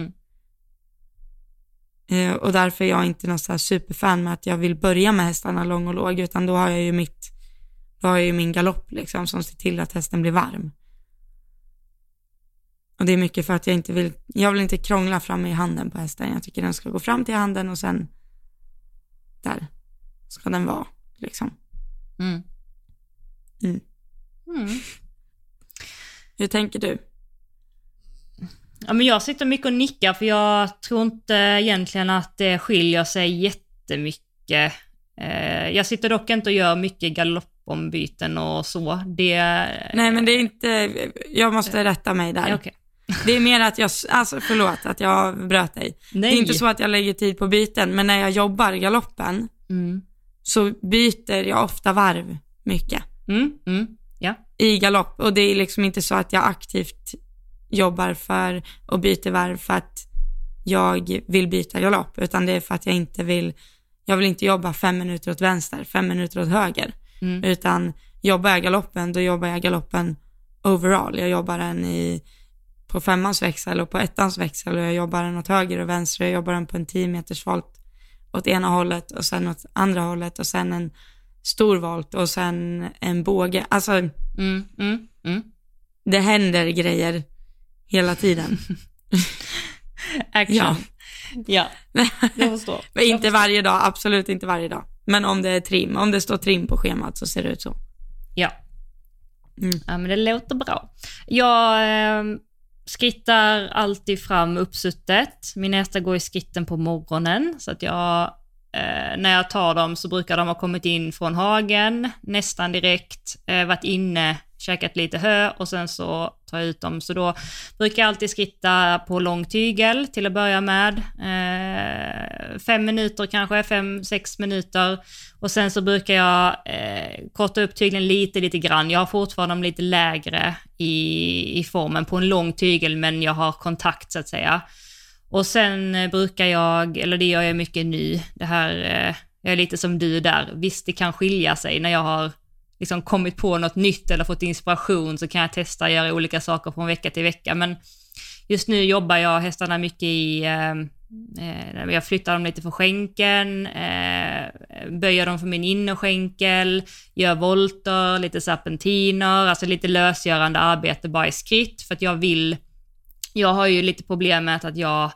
Och därför är jag inte någon så här superfan med att jag vill börja med hästarna lång och låg. Utan då har jag ju min galopp liksom, som ser till att hästen blir varm. Och det är mycket för att jag vill inte krångla fram i handen på hästen. Jag tycker den ska gå fram till handen och sen där ska den vara liksom. Hur tänker du? Ja, men jag sitter mycket och nickar, för jag tror inte egentligen att det skiljer sig jättemycket. Jag sitter dock inte och gör mycket galoppombyten och så. Nej, men det är inte... Jag måste rätta mig där. Okay. Det är mer att förlåt att jag bröt dig. Nej. Det är inte så att jag lägger tid på byten, men när jag jobbar galoppen så byter jag ofta varv mycket Ja. i galopp. Och det är liksom inte så att jag aktivt jobbar för och byter varv för att jag vill byta galopp, utan det är för att jag vill inte jobba 5 minuter åt vänster, 5 minuter åt höger, utan jobbar jag galoppen, då jobbar jag galoppen overall. Jag jobbar den på 5:ans växel och på 1:ans växel, och jag jobbar den åt höger och vänster, och jag jobbar den på en 10 meters volt åt ena hållet och sen åt andra hållet och sen en stor volt och sen en båge. Alltså det händer grejer hela tiden. Action. Ja, jag förstår. Men inte varje dag, absolut inte varje dag. Men om det är trim, om det står trim på schemat så ser det ut så. Ja. Ja, men det låter bra. Jag skrittar alltid fram uppsuttet. Min nästa går i skritten på morgonen, så att jag när jag tar dem så brukar de ha kommit in från hagen nästan direkt, varit inne, käkat lite hö och sen så tar jag ut dem. Så då brukar jag alltid skritta på lång tygel till att börja med. 5 minuter kanske, 5-6 minuter. Och sen så brukar jag korta upp tygeln lite grann. Jag har fortfarande dem lite lägre i formen på en lång tygel, men jag har kontakt så att säga. Och sen brukar jag, eller det gör jag mycket nu, det här, jag är lite som du där. Visst, det kan skilja sig när jag har liksom kommit på något nytt eller fått inspiration, så kan jag testa att göra olika saker från vecka till vecka. Men just nu jobbar jag hästarna mycket jag flyttar dem lite för skänken, böjer dem för min innerskänkel, gör volter, lite serpentiner, alltså lite lösgörande arbete bara i skritt, för att jag har ju lite problem med att jag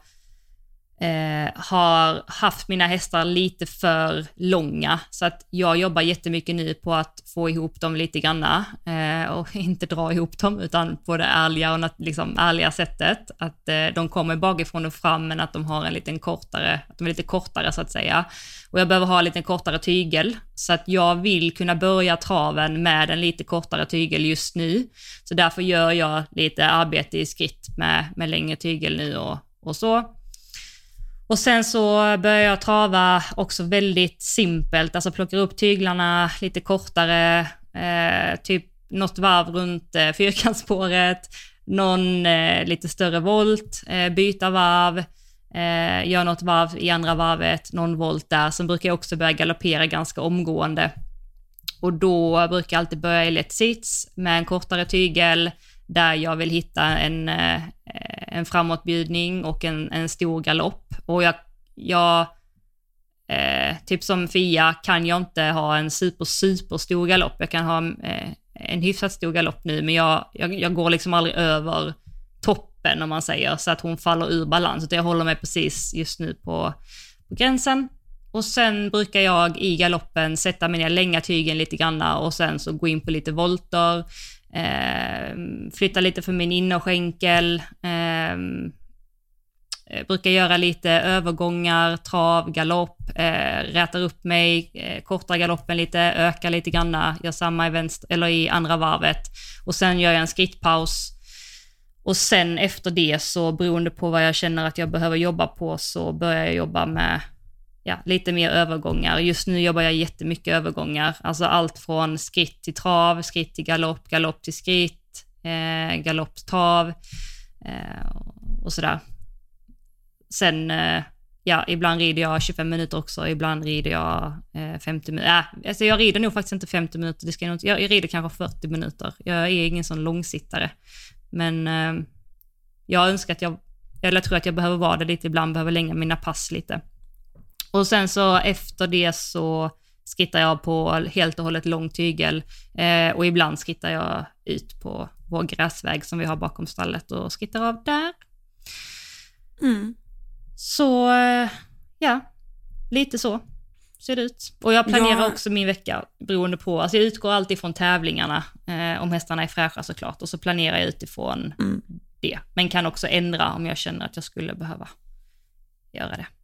har haft mina hästar lite för långa, så att jag jobbar jättemycket nu på att få ihop dem lite granna och inte dra ihop dem, utan på det ärliga och liksom ärliga sättet, att de kommer bakifrån och fram, men att de har att de är lite kortare så att säga, och jag behöver ha en lite kortare tygel, så att jag vill kunna börja traven med en lite kortare tygel just nu, så därför gör jag lite arbete i skritt med längre tygel nu och så. Och sen så börjar jag trava också väldigt simpelt, alltså plockar upp tyglarna lite kortare, typ något varv runt fyrkantsspåret, någon lite större volt, byta varv, gör något varv i andra varvet, någon volt där. Sen brukar jag också börja galoppera ganska omgående. Och då brukar jag alltid börja i lätt sits med en kortare tygel, där jag vill hitta en framåtbjudning och en stor galopp. Och jag typ som Fia kan jag inte ha en super stor galopp. Jag kan ha en hyfsat stor galopp nu, men jag går liksom aldrig över toppen, om man säger, så att hon faller ur balans. Så jag håller mig precis just nu på gränsen. Och sen brukar jag i galoppen sätta mina länga tygen lite granna och sen så gå in på lite volter, flytta lite för min innerskänkel, brukar göra lite övergångar, trav, galopp, rätar upp mig, kortar galoppen lite, ökar lite granna, gör samma i vänster eller i andra varvet, och sen gör jag en skrittpaus. Och sen efter det, så beroende på vad jag känner att jag behöver jobba på, så börjar jag jobba med lite mer övergångar. Just nu jobbar jag jättemycket övergångar. Alltså allt från skritt till trav, skritt till galopp, galopp till skritt, galopp till trav och sådär. Sen, ibland rider jag 25 minuter också, ibland rider jag 50 minuter. Alltså jag rider nog faktiskt inte 50 minuter, jag rider kanske 40 minuter. Jag är ingen sån långsittare. Men jag önskar att jag tror att jag behöver vara det lite, ibland behöver länga mina pass lite. Och sen så efter det så skrittar jag på helt och hållet lång tygel, och ibland skrittar jag ut på vår gräsväg som vi har bakom stallet och skrittar av där. Så lite så ser det ut. Och jag planerar också min vecka beroende på, alltså jag utgår alltid från tävlingarna, om hästarna är fräscha såklart, och så planerar jag utifrån det. Men kan också ändra om jag känner att jag skulle behöva göra det.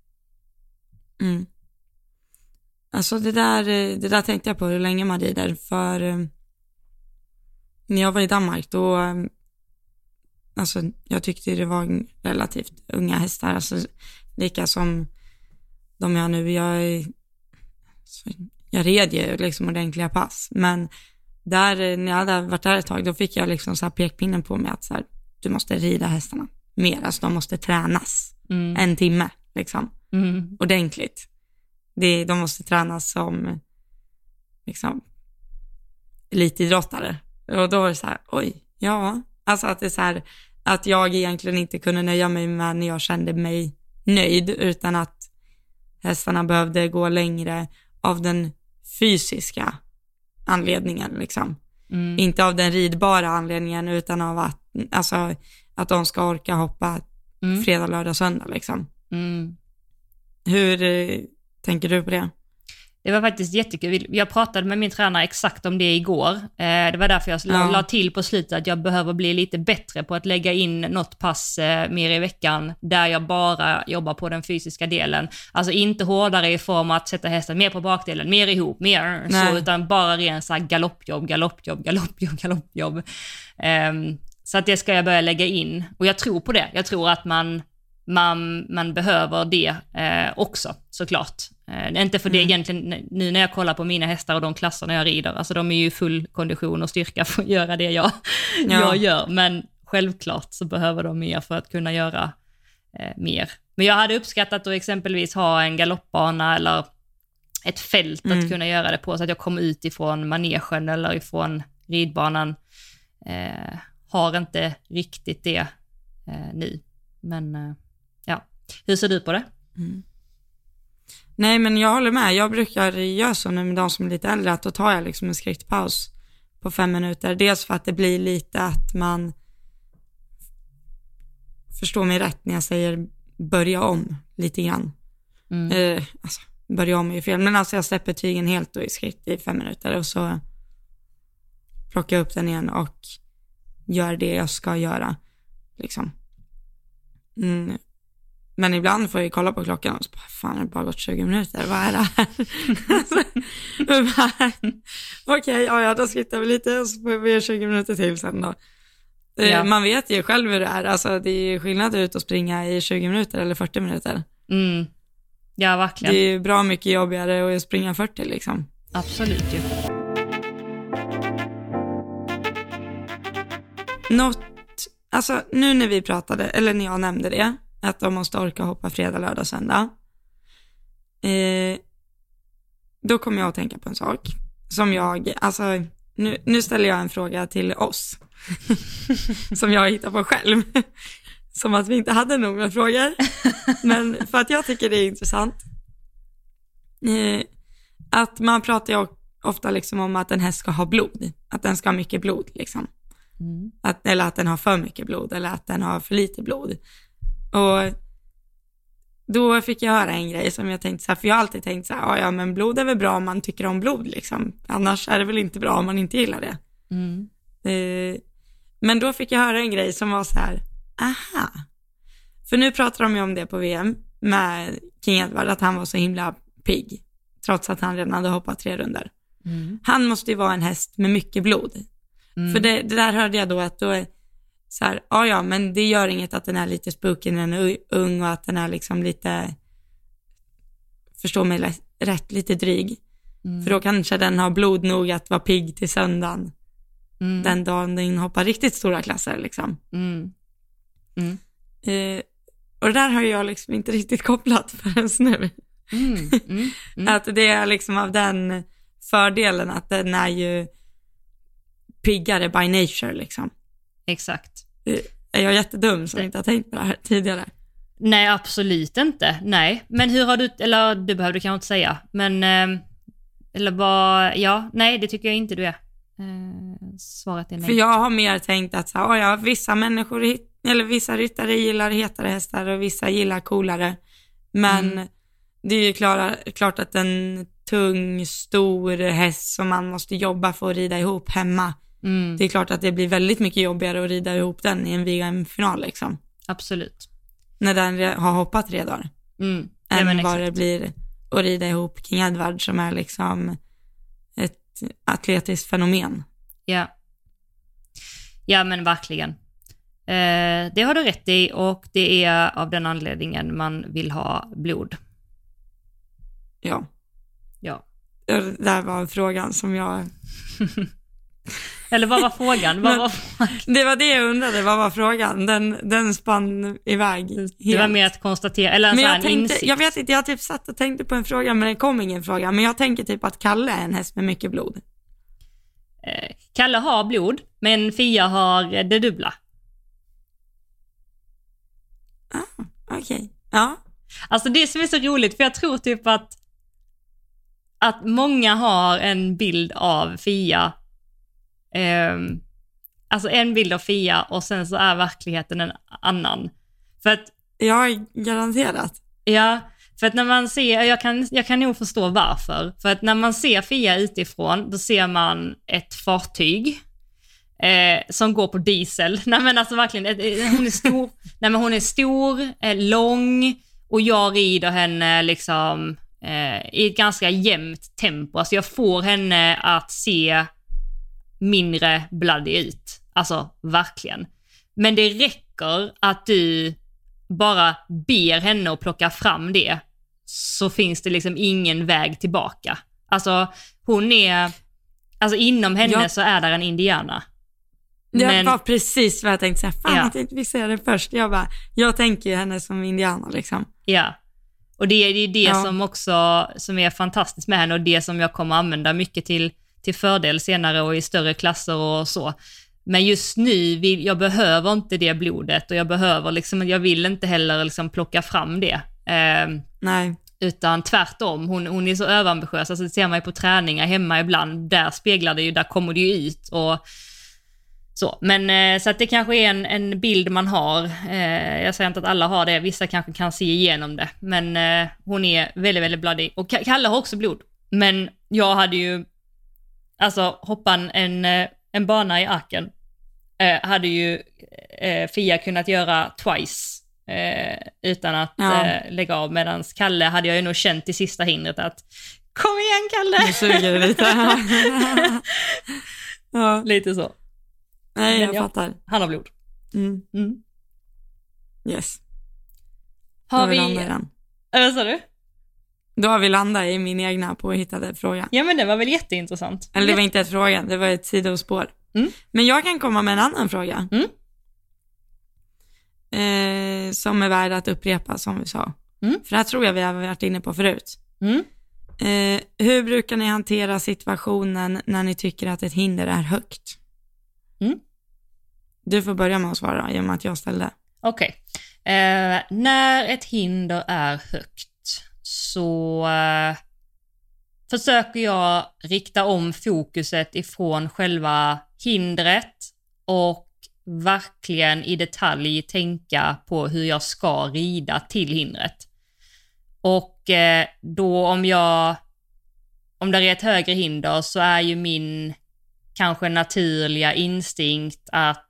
Alltså det där tänkte jag på, hur länge man rider, för när jag var i Danmark då, alltså jag tyckte det var relativt unga hästar, alltså lika som de jag nu, jag red ju liksom ordentliga pass, men där, när jag hade varit där ett tag, då fick jag liksom så här pekpinnen på mig att så här, du måste rida hästarna mer, alltså de måste tränas 1 timme liksom, ordentligt. De måste tränas som liksom elitidrottare. Och då var det så här, oj, ja, alltså att det är så här, att jag egentligen inte kunde nöja mig med när jag kände mig nöjd, utan att hästarna behövde gå längre av den fysiska anledningen liksom. Inte av den ridbara anledningen, utan av att, alltså, att de ska orka hoppa fredag, lördag, söndag liksom. Hur tänker du på det? Det var faktiskt jättekul. Jag pratade med min tränare exakt om det igår. Det var därför jag la till på slutet att jag behöver bli lite bättre på att lägga in något pass mer i veckan där jag bara jobbar på den fysiska delen. Alltså inte hårdare i form att sätta hästen mer på bakdelen, mer ihop, mer så, utan bara ren så här galoppjobb. Så att det ska jag börja lägga in. Och jag tror på det. Jag tror att man behöver det också, såklart. Inte för det egentligen, nu när jag kollar på mina hästar och de klasserna jag rider, alltså de är ju full kondition och styrka för att göra det jag gör, men självklart så behöver de mer för att kunna göra mer. Men jag hade uppskattat att exempelvis ha en galoppbana eller ett fält att kunna göra det på, så att jag kom ut ifrån manegen eller ifrån ridbanan. Har inte riktigt det nu, men ja. Hur ser du på det? Nej, men jag håller med. Jag brukar göra så nu med de som är lite äldre, att då tar jag liksom en skrittpaus på 5 minuter. Dels för att det blir lite att man förstår mig rätt när jag säger börja om lite grann. Alltså, börja om är fel. Men alltså jag släpper tygen helt och i skritt i 5 minuter och så plockar jag upp den igen och gör det jag ska göra. Liksom. Men ibland får jag kolla på klockan och så bara, fan, det har bara gått 20 minuter, vad är det här? Okej, ja, då skrittar vi lite och så får vi göra 20 minuter till sen då. Man vet ju själv hur det är, alltså det är skillnad ut att springa i 20 minuter eller 40 minuter. Ja, verkligen. Det är ju bra mycket jobbigare att springa 40 liksom. Absolut ju. Alltså nu när vi pratade, eller när jag nämnde det, att de måste orka hoppa fredag, lördag, söndag. Då kommer jag att tänka på en sak som jag, alltså nu ställer jag en fråga till oss som jag hittar på själv. Som att vi inte hade nog med frågor. Men för att jag tycker det är intressant. Att man pratar ju ofta liksom om att en häst ska ha blod. Att den ska ha mycket blod liksom. Eller att den har för mycket blod, eller att den har för lite blod. Och då fick jag höra en grej som jag tänkte så här, för jag har alltid tänkt så här, ja men blod är väl bra om man tycker om blod liksom. Annars är det väl inte bra om man inte gillar det. Men då fick jag höra en grej som var så här, aha. För nu pratar de ju om det på VM med King Edward, att han var så himla pigg trots att han redan hade hoppat 3 runder. Han måste ju vara en häst med mycket blod. För det där hörde jag då att då är så här, ja men det gör inget att den är lite spooky när den är ung och att den är liksom lite, förstå mig rätt, lite dryg. För då kanske den har blod nog att vara pigg till söndagen. Den dagen den hoppar riktigt stora klasser liksom. Och det där har jag liksom inte riktigt kopplat förrän nu. Att det är liksom av den fördelen att den är ju piggare by nature liksom. Exakt. Är jag jättedum som inte har tänkt på det här tidigare? Nej, absolut inte. Nej, men hur har du, eller du behöver kanske inte säga, men eller bara, ja, nej, det tycker jag inte du är. Svaret är nej. För jag har mer tänkt att så här, ja, vissa människor eller vissa ryttare gillar hetare hästar och vissa gillar coolare. Men det är ju klart att en tung, stor häst som man måste jobba för att rida ihop hemma. Det är klart att det blir väldigt mycket jobbigare att rida ihop den i en VM-final liksom. Absolut. När den har hoppat 3 dagar. Än vad det blir att rida ihop King Edward som är liksom ett atletiskt fenomen. Ja men verkligen. Det har du rätt i, och det är av den anledningen man vill ha blod. Ja. Det där var frågan som jag... Eller vad var frågan? Det var det jag undrade, vad var frågan? Den spann iväg helt. Det var mer att konstatera, eller men en insikt. jag vet inte, jag typ satt och tänkte på en fråga, men det kom ingen fråga. Men jag tänker typ att Kalle är en häst med mycket blod. Kalle har blod, men Fia har det dubbla. Okej. Ja. Alltså det som är så roligt, för jag tror typ att många har en bild av Fia. Alltså en bild av Fia och sen så är verkligheten en annan. För att... Ja, garanterat. Ja, för att när man ser, jag kan nog förstå varför. För att när man ser Fia utifrån, då ser man ett fartyg som går på diesel. Nej men alltså verkligen, hon är stor. Nej men hon är stor, lång och jag rider henne liksom i ett ganska jämnt tempo. Alltså jag får henne att se mindre bloody ut. Alltså verkligen. Men det räcker att du bara ber henne att plocka fram det, så finns det liksom ingen väg tillbaka. Alltså hon är, alltså inom henne så är där en indiana. Det var precis vad jag tänkte säga. Fan att jag inte fick säga det först. Jag tänker ju henne som indiana liksom. Ja. Och det är det som också som är fantastiskt med henne och det som jag kommer använda mycket till fördel senare och i större klasser och så. Men just nu jag behöver inte det blodet och jag vill inte heller liksom plocka fram det. Nej. Utan tvärtom, hon är så överambitiös. Alltså det ser man ju på träningar hemma ibland. Där speglar det ju, där kommer det ju ut och så. Men så att det kanske är en bild man har. Jag säger inte att alla har det. Vissa kanske kan se igenom det. Men hon är väldigt, väldigt bloody. Och Kalle har också blod. Men jag hade ju hoppan en bana i Arken hade ju Fia kunnat göra twice utan att lägga av, medan Kalle hade jag ju nog känt i sista hindret att kom igen Kalle! Nu suger det lite. Ja. Lite så. Nej, jag fattar. Han har blod. Mm. Yes. Har vi... Vad sa du? Då har vi landat i min egna påhittade fråga. Ja, men det var väl jätteintressant. Eller det var inte ett fråga, det var ett sidospår. Men jag kan komma med en annan fråga. Som är värd att upprepa, som vi sa. För det tror jag vi har varit inne på förut. Hur brukar ni hantera situationen när ni tycker att ett hinder är högt? Du får börja med att svara, i och med att jag ställde. Okej. När ett hinder är högt så försöker jag rikta om fokuset ifrån själva hindret och verkligen i detalj tänka på hur jag ska rida till hindret. Och då om det är ett högre hinder så är ju min kanske naturliga instinkt att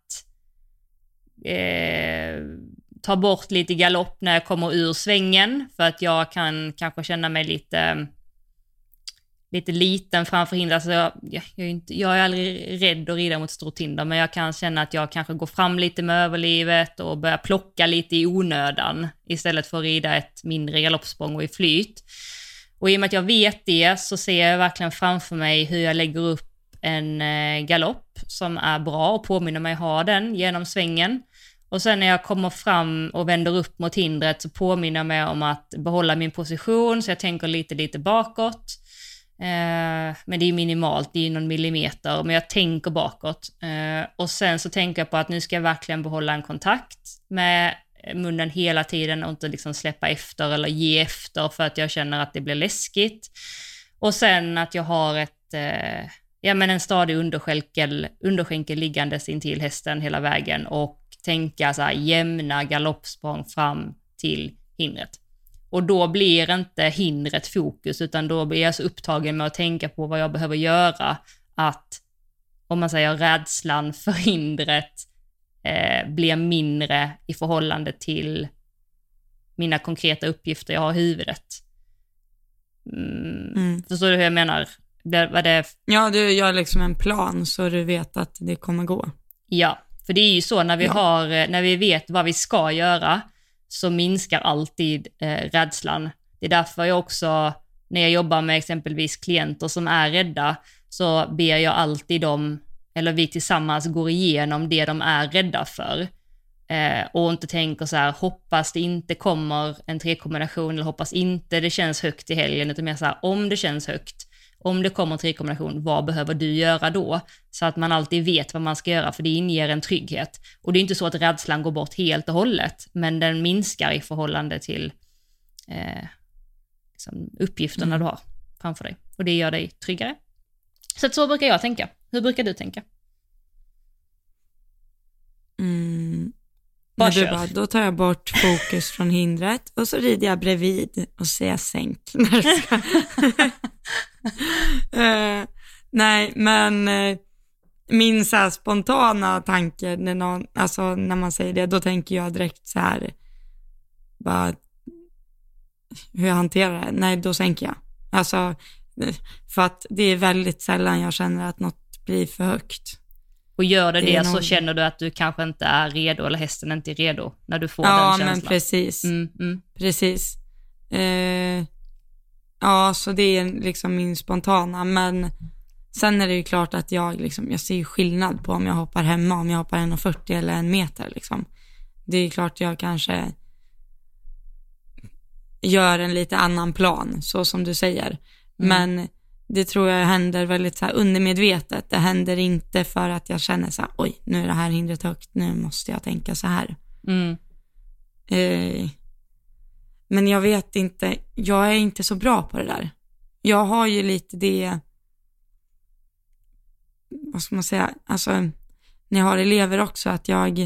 ta bort lite galopp när jag kommer ur svängen, för att jag kan kanske känna mig lite liten framför hinder. Alltså jag är aldrig rädd att rida mot stort hinder, men jag kan känna att jag kanske går fram lite med överlivet och börjar plocka lite i onödan istället för att rida ett mindre galoppsprång och i flyt. Och i och med att jag vet det så ser jag verkligen framför mig hur jag lägger upp en galopp som är bra och påminner mig ha den genom svängen. Och sen när jag kommer fram och vänder upp mot hindret så påminner jag mig om att behålla min position, så jag tänker lite bakåt. Men det är minimalt, det är någon millimeter, men jag tänker bakåt. Och sen så tänker jag på att nu ska jag verkligen behålla en kontakt med munnen hela tiden och inte liksom släppa efter eller ge efter för att jag känner att det blir läskigt. Och sen att jag har en stadig underskänkel liggandes in till hästen hela vägen och tänka så här jämna galoppsprång fram till hindret. Och då blir inte hindret fokus, utan då blir jag så upptagen med att tänka på vad jag behöver göra, att om man säger rädslan för hindret blir mindre i förhållande till mina konkreta uppgifter jag har i huvudet. Förstår du hur jag menar? Ja, du gör liksom en plan så du vet att det kommer gå. Ja, för det är ju så när vi vet vad vi ska göra så minskar alltid rädslan. Det är därför jag också när jag jobbar med exempelvis klienter som är rädda, så ber jag alltid dem, eller vi tillsammans går igenom det de är rädda för. Och inte tänker så här, hoppas det inte kommer en 3-kombination, eller hoppas inte det känns högt i helgen, utan mer så här, om det känns högt, om det kommer en 3-kombination, vad behöver du göra då? Så att man alltid vet vad man ska göra, för det inger en trygghet. Och det är inte så att rädslan går bort helt och hållet, men den minskar i förhållande till liksom uppgifterna du har framför dig. Och det gör dig tryggare. Så brukar jag tänka. Hur brukar du tänka? Då tar jag bort fokus från hindret och så rider jag bredvid och säger sänk. Nej, men min så här spontana tanke när man säger det, då tänker jag direkt så här, bara, hur jag hanterar det. Nej, då sänker jag. Alltså, för att det är väldigt sällan jag känner att något blir för högt. Och gör det så känner du att du kanske inte är redo, eller hästen inte är redo när du får den känslan. Ja, men precis. Precis. Ja, så det är liksom min spontana. Men sen är det ju klart att jag ser ju skillnad på om jag hoppar hemma, om jag hoppar 1,40 eller 1 meter. Liksom. Det är klart jag kanske gör en lite annan plan, så som du säger. Men det tror jag händer väldigt så här undermedvetet. Det händer inte för att jag känner så här, oj, nu är det här hindret högt, nu måste jag tänka så här. Men jag vet inte, jag är inte så bra på det där. Jag har ju lite det, vad ska man säga, alltså när jag har elever också, att jag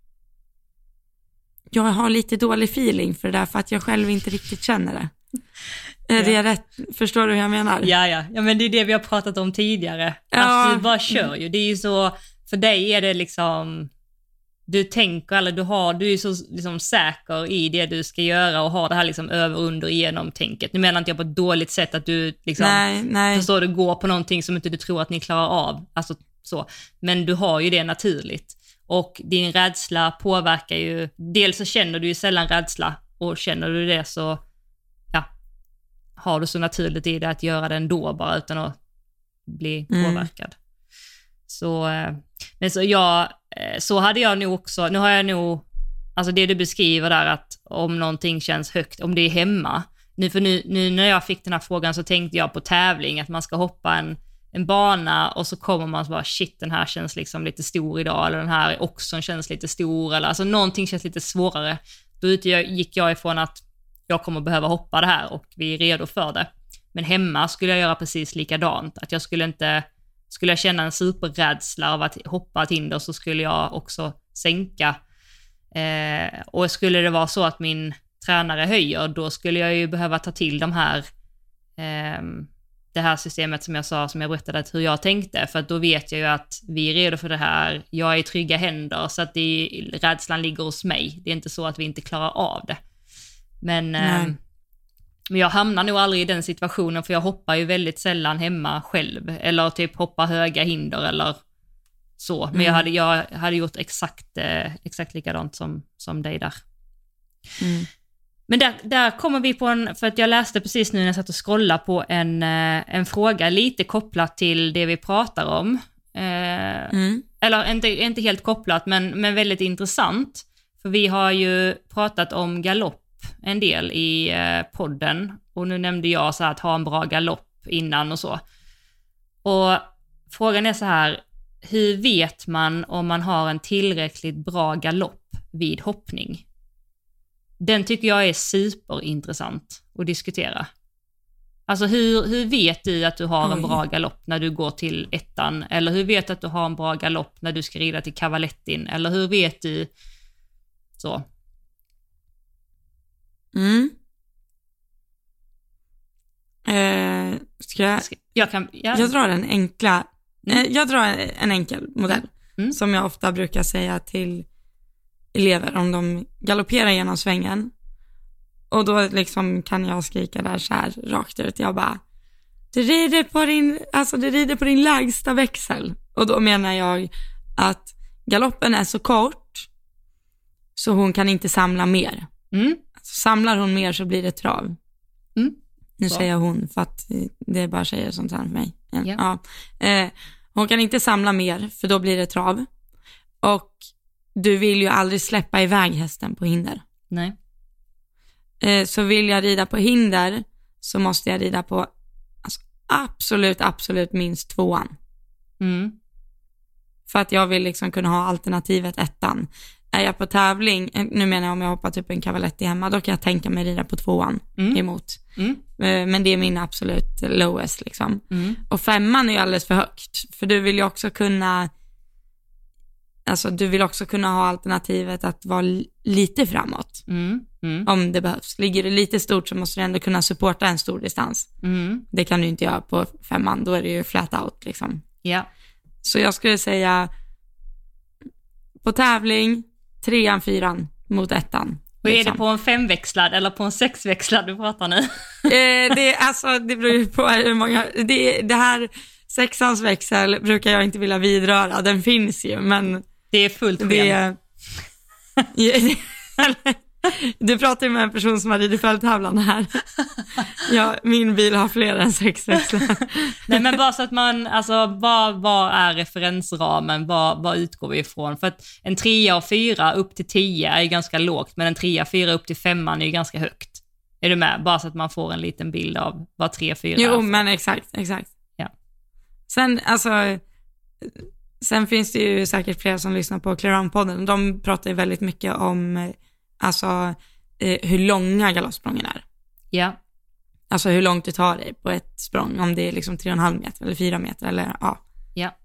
har lite dålig feeling för det där, för att jag själv inte riktigt känner det. Är det rätt? Förstår du hur jag menar? Ja, men det är det vi har pratat om tidigare. Alltså, du bara kör ju. Det är ju så, för dig är det liksom, du tänker, eller du är så liksom säker i det du ska göra och har det här liksom över, under, igenom tänket. Nu menar inte jag på ett dåligt sätt att du liksom, nej. förstår du, går på någonting som inte du tror att ni klarar av. Alltså så. Men du har ju det naturligt. Och din rädsla påverkar ju, dels så känner du ju sällan rädsla, och känner du det så har du så naturligt i det att göra det ändå, bara utan att bli påverkad. Så hade jag nog också, nu har jag nog, alltså det du beskriver där, att om någonting känns högt, om det är hemma, nu när jag fick den här frågan så tänkte jag på tävling, att man ska hoppa en bana och så kommer man så bara, shit, den här känns liksom lite stor idag, eller den här också känns lite stor, eller alltså någonting känns lite svårare. Då gick jag ifrån att jag kommer behöva hoppa det här och vi är redo för det. Men hemma skulle jag göra precis likadant. Att jag skulle jag känna en superrädsla av att hoppa ett hinder, så skulle jag också sänka. Och skulle det vara så att min tränare höjer, då skulle jag ju behöva ta till det här systemet som jag sa, som jag berättade hur jag tänkte. För att då vet jag ju att vi är redo för det här. Jag är i trygga händer, så att rädslan ligger hos mig. Det är inte så att vi inte klarar av det. Men jag hamnar nog aldrig i den situationen, för jag hoppar ju väldigt sällan hemma själv, eller typ hoppar höga hinder eller så. Men jag hade gjort exakt likadant som dig där. Men där kommer vi på för att jag läste precis nu när jag satt och scrollade på en fråga lite kopplat till det vi pratar om. Eller inte helt kopplat, men väldigt intressant. För vi har ju pratat om galopp en del i podden, och nu nämnde jag så här, att ha en bra galopp innan och så. Och frågan är så här, hur vet man om man har en tillräckligt bra galopp vid hoppning? Den tycker jag är superintressant att diskutera. Alltså hur vet du att du har en bra galopp när du går till 1:an? Eller hur vet du att du har en bra galopp när du ska rida till cavalettin? Eller hur vet du så? Jag drar en enkla. Jag drar en enkel modell som jag ofta brukar säga till elever om de galopperar genom svängen. Och då liksom kan jag skrika där så här rakt ut. Jag bara, du rider på din lägsta växel. Och då menar jag att galoppen är så kort så hon kan inte samla mer. Alltså, samlar hon mer så blir det trav. Nu säger jag hon för att det är bara tjejer som tränar för mig. Ja. Ja. Hon kan inte samla mer för då blir det trav. Och du vill ju aldrig släppa iväg hästen på hinder. Nej. Så vill jag rida på hinder så måste jag rida på absolut minst 2:an. För att jag vill liksom kunna ha alternativet 1:an. Är jag på tävling, nu menar jag om jag hoppar typ en Cavaletti hemma, då kan jag tänka mig rida på 2:an emot. Men det är min absolut lowest liksom. Och 5:an är ju alldeles för högt. För du vill ju också kunna ha alternativet att vara lite framåt. Om det behövs. Ligger det lite stort så måste du ändå kunna supporta en stor distans. Det kan du inte göra på 5:an, då är det ju flat out liksom. Ja. Så jag skulle säga på tävling 3:an, 4:an mot 1:an. Och är det på en 5-växlad eller på en 6-växlad du pratar nu? Det beror ju på hur många. Det här 6:ans växel brukar jag inte vilja vidröra. Den finns ju, men det är fullt sken. Du pratar ju med en person som har ridit fälttävlan här. Ja, min bil har fler än 6 växlar. Nej, men bara så att man, alltså vad är referensramen? Vad utgår vi ifrån? För att en 3 och 4 upp till 10 är ju ganska lågt, men en 3, 4 upp till 5 är ju ganska högt. Är du med? Bara så att man får en liten bild av vad 3, 4 är. Jo, men exakt. Ja. Sen finns det ju säkert fler som lyssnar på Clear-On-podden. De pratar ju väldigt mycket om hur långa galoppsprången är. Ja. Alltså hur långt det tar dig på ett språng. Om det är liksom 3,5 meter eller 4 meter eller ja. Ja.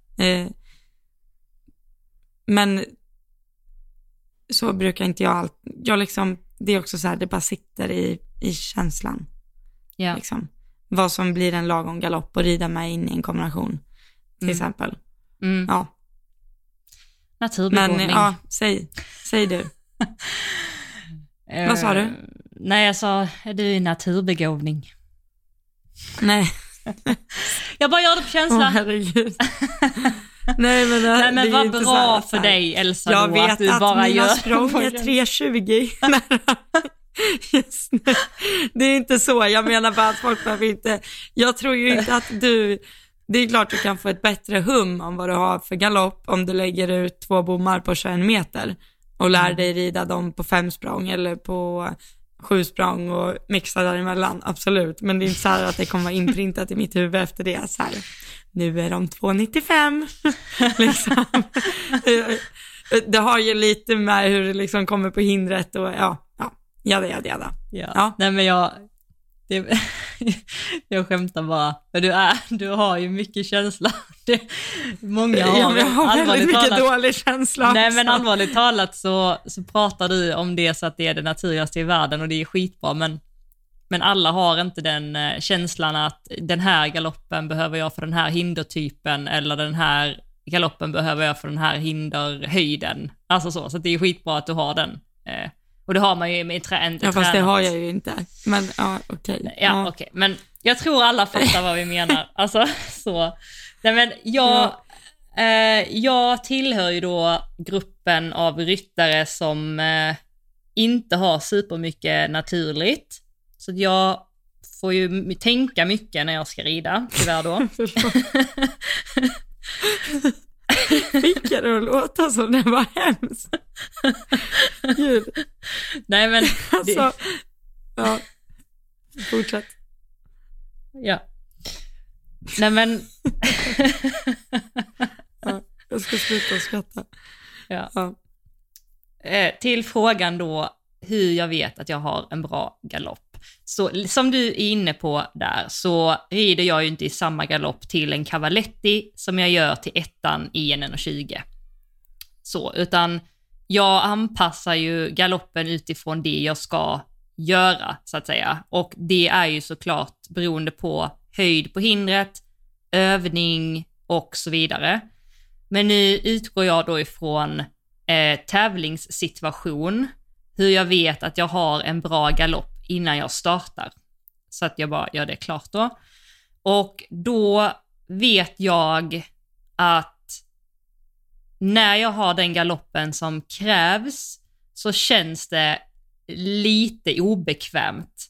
Men så brukar inte jag liksom, det är också så här, det bara sitter i känslan. Ja. Liksom. Vad som blir en lagom galopp och rida med in i en kombination till exempel. Ja. Naturbegåvning. Men ja, säg du. Vad sa du? Nej, jag sa, är du naturbegåvning? Nej. Jag bara gör det på känsla. Herregud. Nej, men vad bra för dig, Elsa. Jag vet att du bara mina gör språng är 3,20. Just nu. Det är inte så. Jag menar bara att folk behöver inte. Jag tror ju inte att du. Det är klart du kan få ett bättre hum om vad du har för galopp om du lägger ut 2 bommar på 21 meter och lär dig rida dem på 5 språng eller på 7 språng och mixa däremellan. Absolut. Men det är inte så här att det kommer vara inprintat i mitt huvud efter det. Så här, nu är de 2,95. Liksom. Det har ju lite med hur det liksom kommer på hindret och jada. Ja. Nej, men jag skämtar bara. Du har ju mycket känsla. Många har jag har väldigt mycket dålig känsla. Nej, men allvarligt talat så pratar du om det så att det är det naturligaste i världen och det är skitbra, men alla har inte den känslan att den här galoppen behöver jag för den här hindertypen eller den här galoppen behöver jag för den här hinderhöjden. Alltså så det är skitbra att du har den. Och det har man ju med tränat. Ja, fast det har jag ju inte. Men ja, okej. Ja, okej. Men jag tror alla fattar vad vi menar. Alltså, så. Nej, men jag tillhör ju då gruppen av ryttare som inte har supermycket naturligt. Så jag får ju tänka mycket när jag ska rida, tyvärr då. Fick jag det att låta som det var hemskt. Gud. Nej, men alltså, ja. Fortsätt. Ja. Nej, men ja, jag ska sluta skratta. Ja. Till frågan då hur jag vet att jag har en bra galopp. Så som du är inne på där så rider jag ju inte i samma galopp till en Cavaletti som jag gör till 1:an i en 1,20. Så, utan jag anpassar ju galoppen utifrån det jag ska göra så att säga. Och det är ju såklart beroende på höjd på hindret, övning och så vidare. Men nu utgår jag då ifrån tävlingssituation, hur jag vet att jag har en bra galopp innan jag startar. Så att jag bara gör det klart då. Och då vet jag att när jag har den galoppen som krävs så känns det lite obekvämt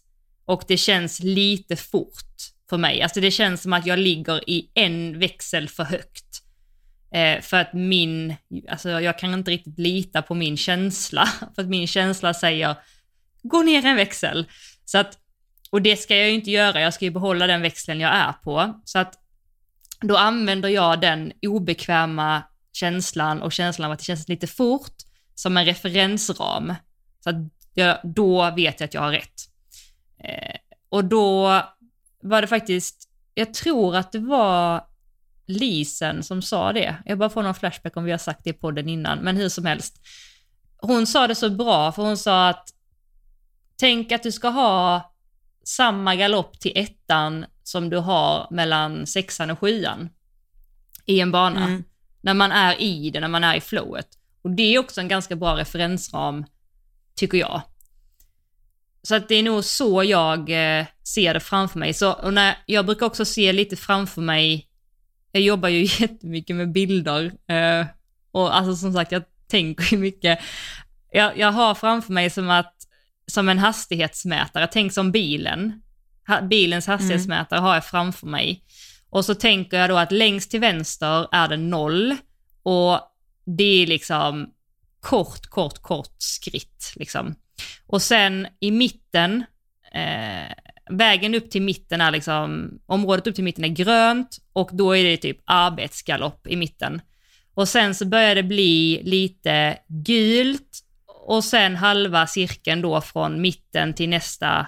och det känns lite fort för mig. Alltså det känns som att jag ligger i en växel för högt. För att jag kan inte riktigt lita på min känsla. För att min känsla säger, gå ner en växel. Så att, och det ska jag ju inte göra, jag ska ju behålla den växeln jag är på. Så att då använder jag den obekväma känslan och känslan av att det känns lite fort som en referensram. Så att då vet jag att jag har rätt. Och då var det faktiskt, jag tror att det var Lisen som sa det. Jag bara får någon flashback om vi har sagt det på den innan, men hur som helst. Hon sa det så bra, för hon sa att tänk att du ska ha samma galopp till 1:an som du har mellan 6:an och 7:an i en bana. När man är i det, när man är i flowet. Och det är också en ganska bra referensram, tycker jag. Så att det är nog så jag ser det framför mig. Och jag brukar också se lite framför mig, jag jobbar ju jättemycket med bilder. Och alltså som sagt, jag tänker ju mycket. Jag har framför mig som en hastighetsmätare. Tänk som bilen. Bilens hastighetsmätare har jag framför mig. Och så tänker jag då att längst till vänster är det 0. Och det är liksom kort skritt liksom. Och sen i mitten, vägen upp till mitten är liksom, området upp till mitten är grönt och då är det typ arbetsgalopp i mitten. Och sen så börjar det bli lite gult och sen halva cirkeln då från mitten till nästa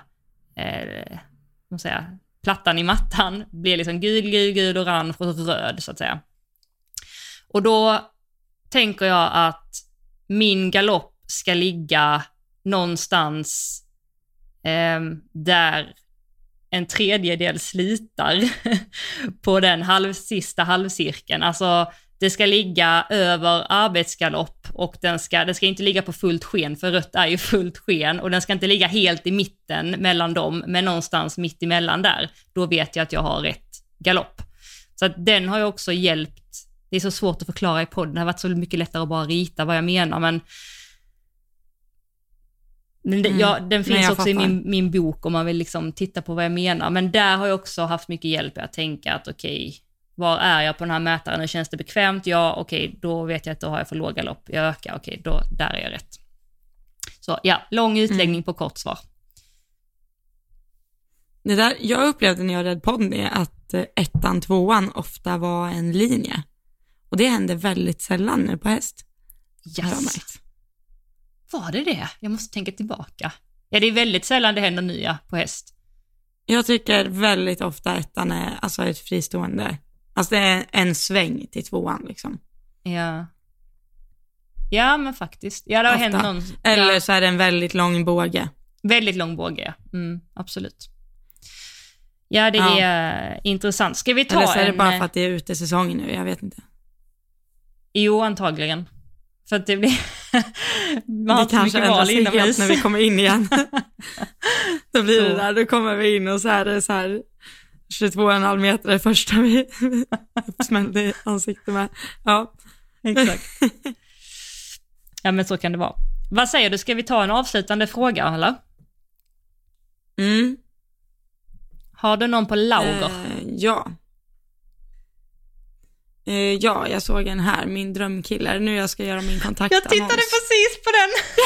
plattan i mattan blir liksom gul, orange och röd så att säga. Och då tänker jag att min galopp ska ligga någonstans där en tredjedel slutar på den sista halvcirkeln. Alltså det ska ligga över arbetsgalopp och den ska inte ligga på fullt sken, för rött är ju fullt sken, och den ska inte ligga helt i mitten mellan dem, men någonstans mitt emellan där. Då vet jag att jag har rätt galopp. Så att den har ju också hjälpt. Det är så svårt att förklara i podden. Det har varit så mycket lättare att bara rita vad jag menar, men den finns också i min bok om man vill liksom titta på vad jag menar. Men där har jag också haft mycket hjälp att tänka att okej, var är jag på den här mätaren? Nu känns det bekvämt? Ja, okej, då vet jag att då har jag för låg galopp. Jag ökar, okej, då där är jag rätt. Så ja, lång utläggning på kort svar. Det där jag upplevde när jag red ponny att 1:an, 2:an ofta var en linje. Och det hände väldigt sällan nu på häst. Yes. Var det? Jag måste tänka tillbaka. Ja, det är väldigt sällan det händer nya på häst. Jag tycker väldigt ofta 1:an är alltså ett fristående. Alltså det är en sväng till 2:an liksom. Ja. Ja, men faktiskt. Ja, det har hänt någon. Eller så är det en väldigt lång båge. Väldigt lång båge, absolut. Ja, det är intressant. Ska vi ta eller så är det bara för att det är ute säsongen nu, jag vet inte. Jo, antagligen. För att det blir det kanske ändras helt när vi kommer in igen. Då blir det där, då kommer vi in och så är det så här 22,5 meter det första vi smällde i ansiktet med. Ja, exakt. Ja, men så kan det vara. Vad säger du, ska vi ta en avslutande fråga eller? Har du någon på lager? Ja. Ja, jag såg en här, min drömkille. Nu jag ska göra min kontaktannons. Jag tittade precis på den.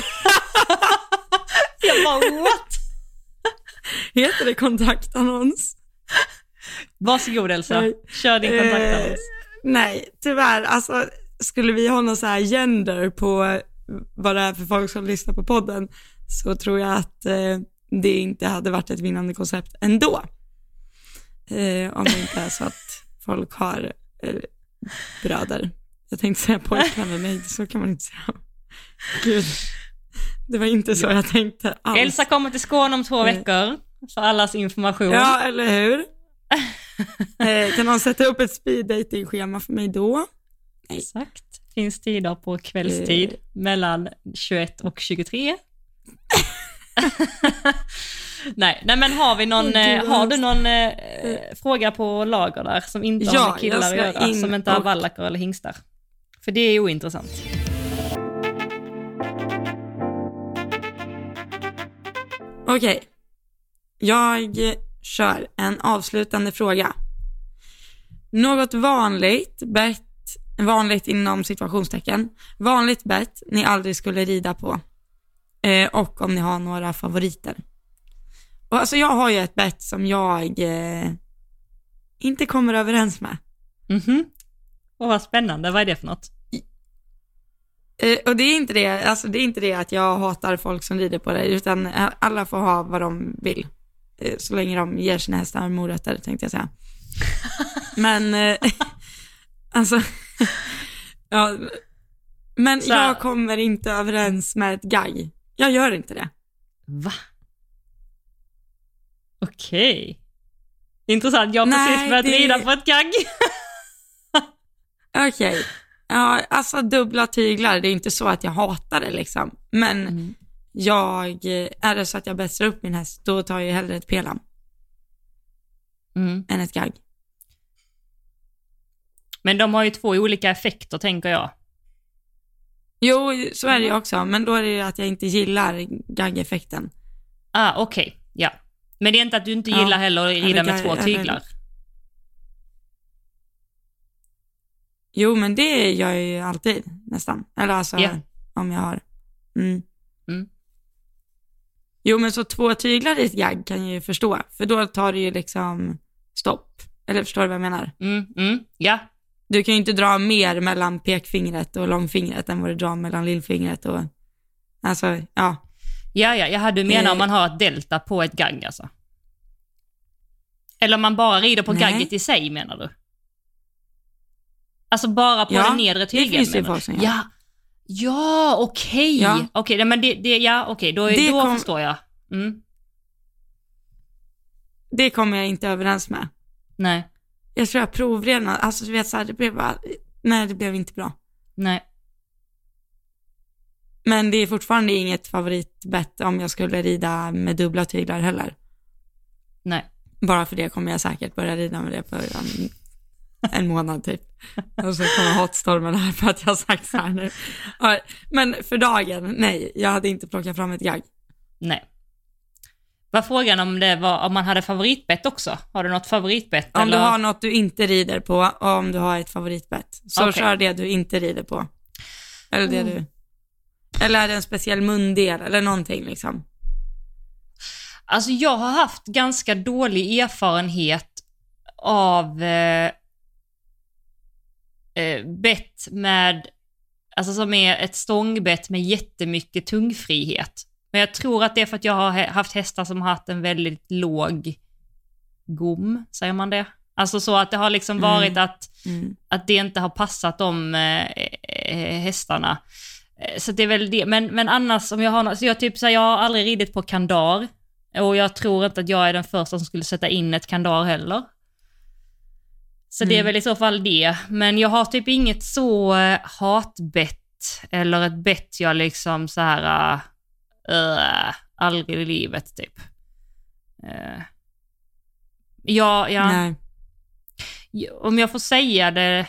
Jag bara, what? Heter det kontaktannons? Varsågod Elsa, kör din kontaktannons. Nej, tyvärr. Alltså, skulle vi ha någon så här gender på vad det är för folk som lyssnar på podden, så tror jag att det inte hade varit ett vinnande koncept ändå. Om det inte är så att folk har bröder. Jag tänkte säga pojkvänner, nej, så kan man inte säga. Gud, det var inte så jag tänkte alls. Elsa kommer till Skåne om 2 veckor för allas information. Ja, eller hur? Kan någon sätta upp ett speed dating-schema för mig då? Nej. Exakt. Finns tider på kvällstid mellan 21 och 23. Nej, men har vi någon har du någon fråga på lager där som inte har med killar att göra, som inte har vallacker eller hingstar? För det är ointressant. Okej. Jag kör en avslutande fråga. Något vanligt inom situationstecken, vanligt bett ni aldrig skulle rida på, och om ni har några favoriter. Och alltså jag har ju ett bett som jag inte kommer överens med. Och vad spännande, vad är det för något? Och det är inte det att jag hatar folk som rider på det, utan alla får ha vad de vill. Så länge de ger sina hästar morötter, tänkte jag säga. Men alltså ja, men så jag kommer inte överens med ett gagg. Jag gör inte det. Va? Okej. Intressant, jag har precis börjat rida på ett gagg. Okej. Ja, alltså dubbla tyglar, det är inte så att jag hatar det liksom. Men är det så att jag bästrar upp min häst, då tar jag hellre ett pelam än ett gagg. Men de har ju 2 olika effekter, tänker jag. Jo, så är det ju också. Men då är det ju att jag inte gillar gaggeffekten. Okej. Ja. Men det är inte att du inte gillar heller att rida med 2 tyglar. Jo, men det gör jag ju alltid, nästan. Eller alltså, om jag har. Jo, men så 2 tyglar i ett gagg kan jag ju förstå. För då tar det ju liksom stopp. Eller förstår du vad jag menar? Ja. Du kan ju inte dra mer mellan pekfingret och långfingret än vad du drar mellan lillfingret och... Alltså, ja. Ja, jag hade menar om man har ett delta på ett gagg, alltså. Eller om man bara rider på gagget i sig, menar du? Alltså bara på den nedre tygen, det finns ju folk som gör. Ja, okej. Ja. Okej, men då förstår jag. Det kommer jag inte överens med. Nej. Jag tror jag provredan, alltså du vet så här, det blev inte bra. Nej. Men det är fortfarande inget favoritbett om jag skulle rida med dubbla tyglar heller. Nej. Bara för det kommer jag säkert börja rida med det på en månad typ. Och så kommer hatstormen här för att jag har sagt så här nu. Ja, men för dagen, nej, jag hade inte plockat fram ett gagg. Nej. Var frågan om man hade favoritbett också? Har du något favoritbett? Om eller? Du har något du inte rider på, och om du har ett favoritbett. Så kör det du inte rider på. Eller det du... Eller är det en speciell mundel eller någonting liksom? Alltså jag har haft ganska dålig erfarenhet av bett med, alltså som är ett stångbett med jättemycket tungfrihet. Men jag tror att det är för att jag har haft hästar som har haft en väldigt låg gom, säger man det? Alltså så att det har liksom varit att det inte har passat de hästarna. Så det är väl det. Men annars om jag har så jag har aldrig ridit på kandar. Och jag tror inte att jag är den första som skulle sätta in ett kandar heller. Så det är väl i så fall det. Men jag har typ inget så hatbett eller ett bett jag liksom så här aldrig i livet typ. Ja. Nej. Om jag får säga det.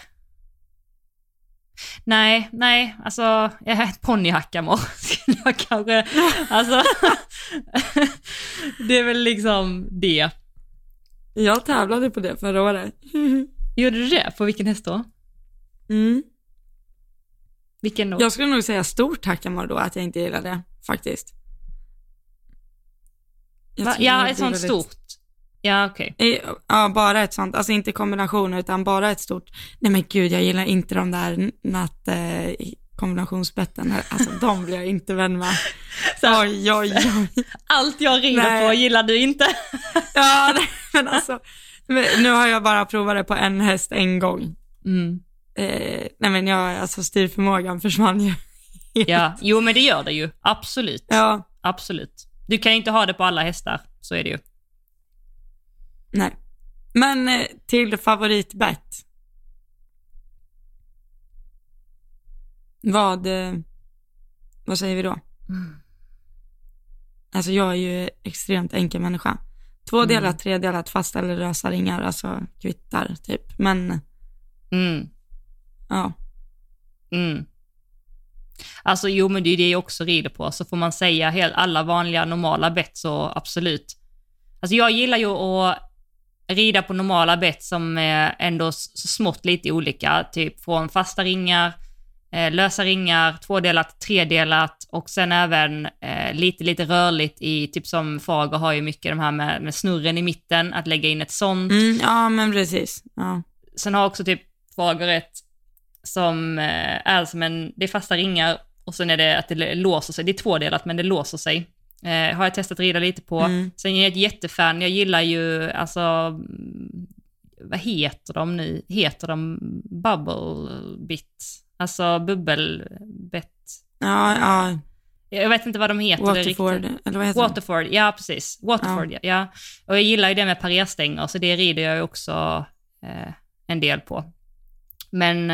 Nej, alltså jag har ett ponnyhackamor. Skulle jag kanske, alltså det är väl liksom det. Jag tävlade på det förra året. Gjorde du det? På vilken häst då? Vilken då? Jag skulle nog säga stort hackamor då, att jag inte gillar det, faktiskt. Ja, ett sånt stort. Ja, okej. Ja, bara ett sånt. Alltså inte kombination, utan bara ett stort. Nej men gud, jag gillar inte de där kombinationsbetten. Alltså de blir jag inte vän med. Oj. Allt jag rider på gillar du inte. Ja, men alltså. Nu har jag bara provat det på en häst en gång. Nej men alltså styrförmågan försvann ju. Ja, jo men det gör det ju. Absolut. Ja. Absolut. Du kan inte ha det på alla hästar, så är det ju. Nej. Men till favoritbett. Vad säger vi då? Alltså jag är ju extremt enkel människa. 2-delat, 3-delat, fast eller lösa ringar, alltså kvittar typ. Men ja. Alltså jo, men det är det jag också rider på. Så får man säga alla vanliga normala bett, så absolut. Alltså jag gillar ju att rida på normala bett som är ändå smått lite olika. Typ från fasta ringar, lösa ringar, tvådelat, tredelat och sen även lite rörligt i typ som Fager har ju mycket de här med snurren i mitten, att lägga in ett sånt. Ja, men precis. Ja. Sen har också typ Fager ett som är som det är fasta ringar och sen är det att det låser sig. Det är tvådelat men det låser sig. Har jag testat rida lite på. Sen är jag ett jättefan. Jag gillar ju alltså, vad heter de nu? Heter de bubble bit? Alltså bubbelbett. Ja. Jag vet inte vad de heter. Waterford, eller vad heter Waterford, ja precis. Waterford, ja. Och jag gillar ju det med parerstänger, så det rider jag ju också en del på. Men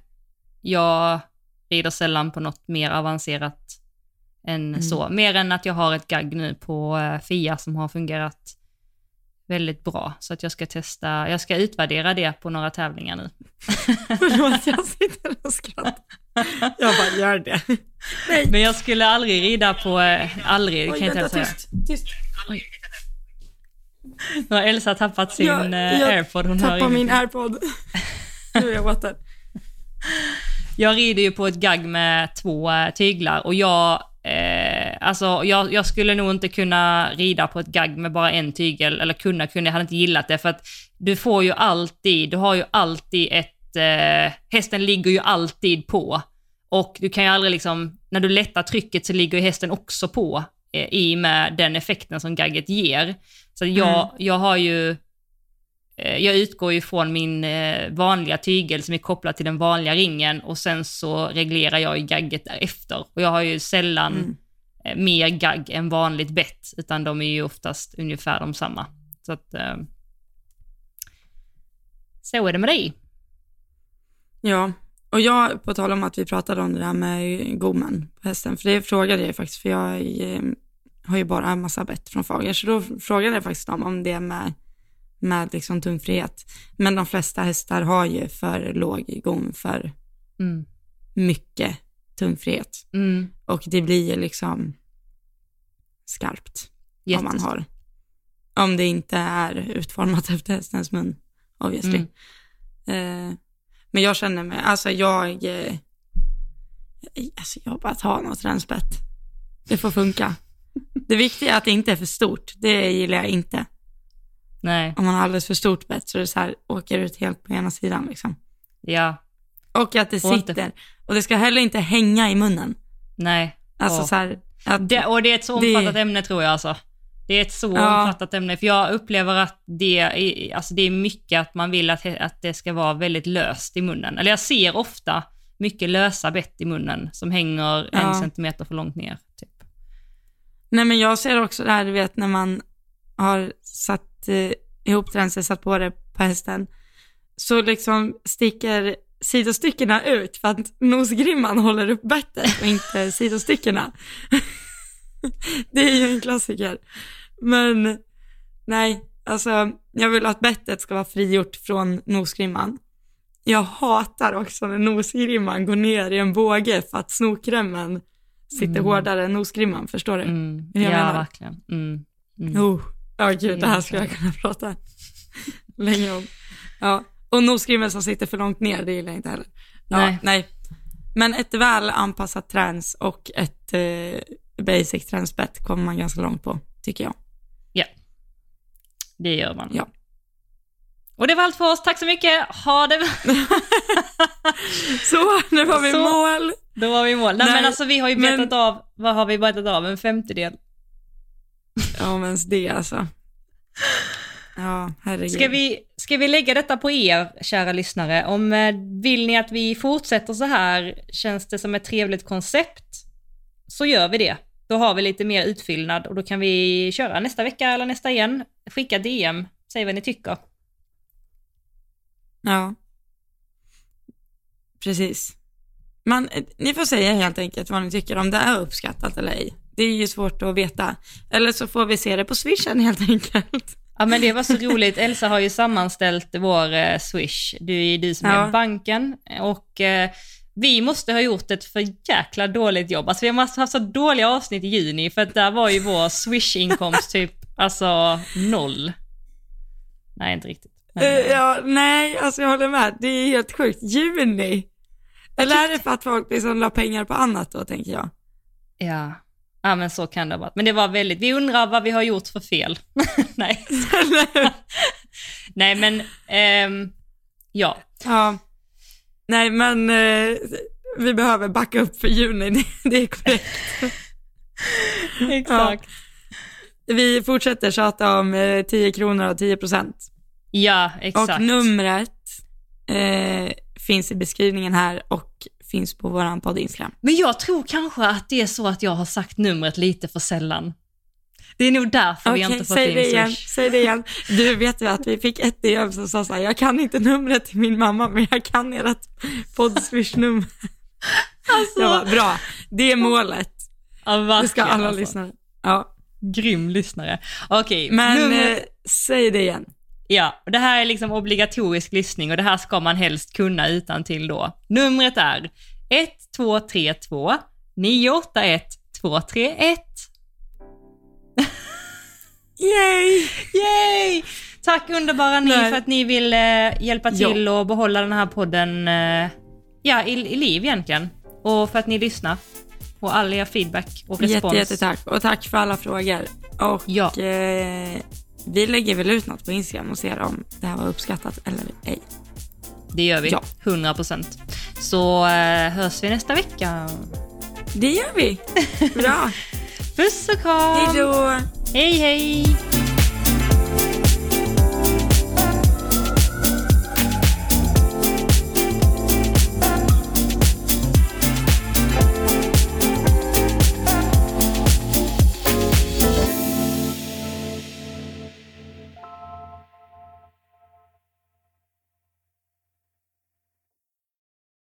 jag rider sällan på något mer avancerat än så. Mer än att jag har ett gagg nu på Fia som har fungerat väldigt bra. Så att jag ska utvärdera det på några tävlingar nu. Förlåt, jag sitter och skrattar. Jag bara gör det. Nej. Men jag skulle aldrig rida på, aldrig, Oj, kan jag inte säga. Tyst. Oj. Nu har Elsa tappat sin AirPod. Hon tappar min AirPod. Nu är jag åt den. Jag rider ju på ett gagg med 2 tyglar och jag skulle nog inte kunna rida på ett gagg med bara en tygel, eller jag hade inte gillat det, för att du har ju alltid hästen ligger ju alltid på, och du kan ju aldrig liksom, när du lättar trycket så ligger ju hästen också på i med den effekten som gagget ger. Så jag har ju jag utgår ju från min vanliga tygel som är kopplad till den vanliga ringen, och sen så reglerar jag ju gagget därefter. Och jag har ju sällan mer gagg än vanligt bett, utan de är ju oftast ungefär de samma. Så att så är det med dig. Ja, och jag, på tal om att vi pratade om det där med gommen på hästen, för det frågade jag faktiskt, för jag har ju bara en massa bett från Fager, så då frågade jag faktiskt om det med liksom tumfrihet. Men de flesta hästar har ju för låg gom för mycket tumfrihet. Och det blir ju liksom skarpt om man har. Om det inte är utformat efter hästens mun, obviously. Men jag känner mig, alltså jag bara tar något rensbett. Det får funka. Det viktiga är att det inte är för stort. Det gillar jag inte. Nej. Om man har alldeles för stort bett så det så här åker ut helt på ena sidan liksom. Ja. Och att det sitter. Och det ska heller inte hänga i munnen. Nej. Alltså så här, och det är ett så omfattat ämne, tror jag alltså. Det är ett så omfattat ämne, för jag upplever att det är mycket att man vill att det ska vara väldigt löst i munnen. Eller jag ser ofta mycket lösa bett i munnen som hänger 1 centimeter för långt ner typ. Nej, men jag ser också det här, du vet, när man har satt ihop tränsen, satt på det på hästen, så liksom sticker sidostyckena ut för att nosgrimman håller upp bettet och inte sidostyckena. Det är ju en klassiker. Men nej, alltså jag vill att bettet ska vara frigjort från nosgrimman. Jag hatar också när nosgrimman går ner i en båge för att snokremmen sitter hårdare än nosgrimman, förstår du? Ja, verkligen. Gud, det här ska jag kunna prata länge om. Ja, och nosgrimmen som sitter för långt ner, det gillar jag inte heller. Ja, nej. Men ett väl anpassat träns och ett basic tränsbett kommer man ganska långt på, tycker jag. Ja, det gör man. Ja. Och det var allt för oss. Tack så mycket. Ha det. Så, nu var vi i mål. Då var vi i mål. Nej, men alltså vi har ju betat av, vad har vi betat av? En 50-del. Ja, men det alltså. Ja, herregud. Ska vi lägga detta på er, kära lyssnare? Vill ni att vi fortsätter så här, känns det som ett trevligt koncept, så gör vi det. Då har vi lite mer utfyllnad och då kan vi köra nästa vecka eller nästa igen. Skicka DM, säg vad ni tycker. Ja, precis. Men ni får säga helt enkelt vad ni tycker, om det är uppskattat eller ej. Det är ju svårt att veta. Eller så får vi se det på Swishen helt enkelt. Ja, men det var så roligt. Elsa har ju sammanställt vår Swish. Det är du som är banken. Och vi måste ha gjort ett för jäkla dåligt jobb. Alltså vi måste ha haft så dåliga avsnitt i juni, för att där var ju vår Swish-inkomst typ Alltså 0. Nej, inte riktigt. Men, nej, alltså jag håller med. Det är helt sjukt. Juni. Eller är det för att folk liksom la pengar på annat då, tänker jag? Ja, men så kan det vara. Men det var väldigt... Vi undrar vad vi har gjort för fel. Nej. Nej, men... ja. Ja. Nej, men vi behöver backa upp för juni. Det är korrekt. Exakt. Ja. Vi fortsätter tjata om 10 kronor och 10%. Ja, exakt. Och numret finns i beskrivningen här och finns på våran podd Instagram. Men jag tror kanske att det är så att jag har sagt numret lite för sällan. Det är nog därför vi inte fått in Swish. Säg det igen. Du vet ju att vi fick ett DM som sa så här: jag kan inte numret till min mamma, men jag kan ert podd-swish-nummer. Alltså, jag bara, bra. Det är målet. Ja, det ska alla lyssnare. Ja. Grym lyssnare. Okej, men säg det igen. Ja, och det här är liksom obligatorisk lyssning och det här ska man helst kunna utan till då. Numret är 1232 981 231. Yay! Yay! Tack underbara ni för att ni vill hjälpa till och behålla den här podden i liv egentligen. Och för att ni lyssnar. Och all er feedback och respons. Jättetack. Och tack för alla frågor. Och vi lägger väl ut något på Instagram och ser om det här var uppskattat eller ej. Det gör vi, 100%. Så hörs vi nästa vecka. Det gör vi. Bra. Puss och kram. Hej då. Hej hej.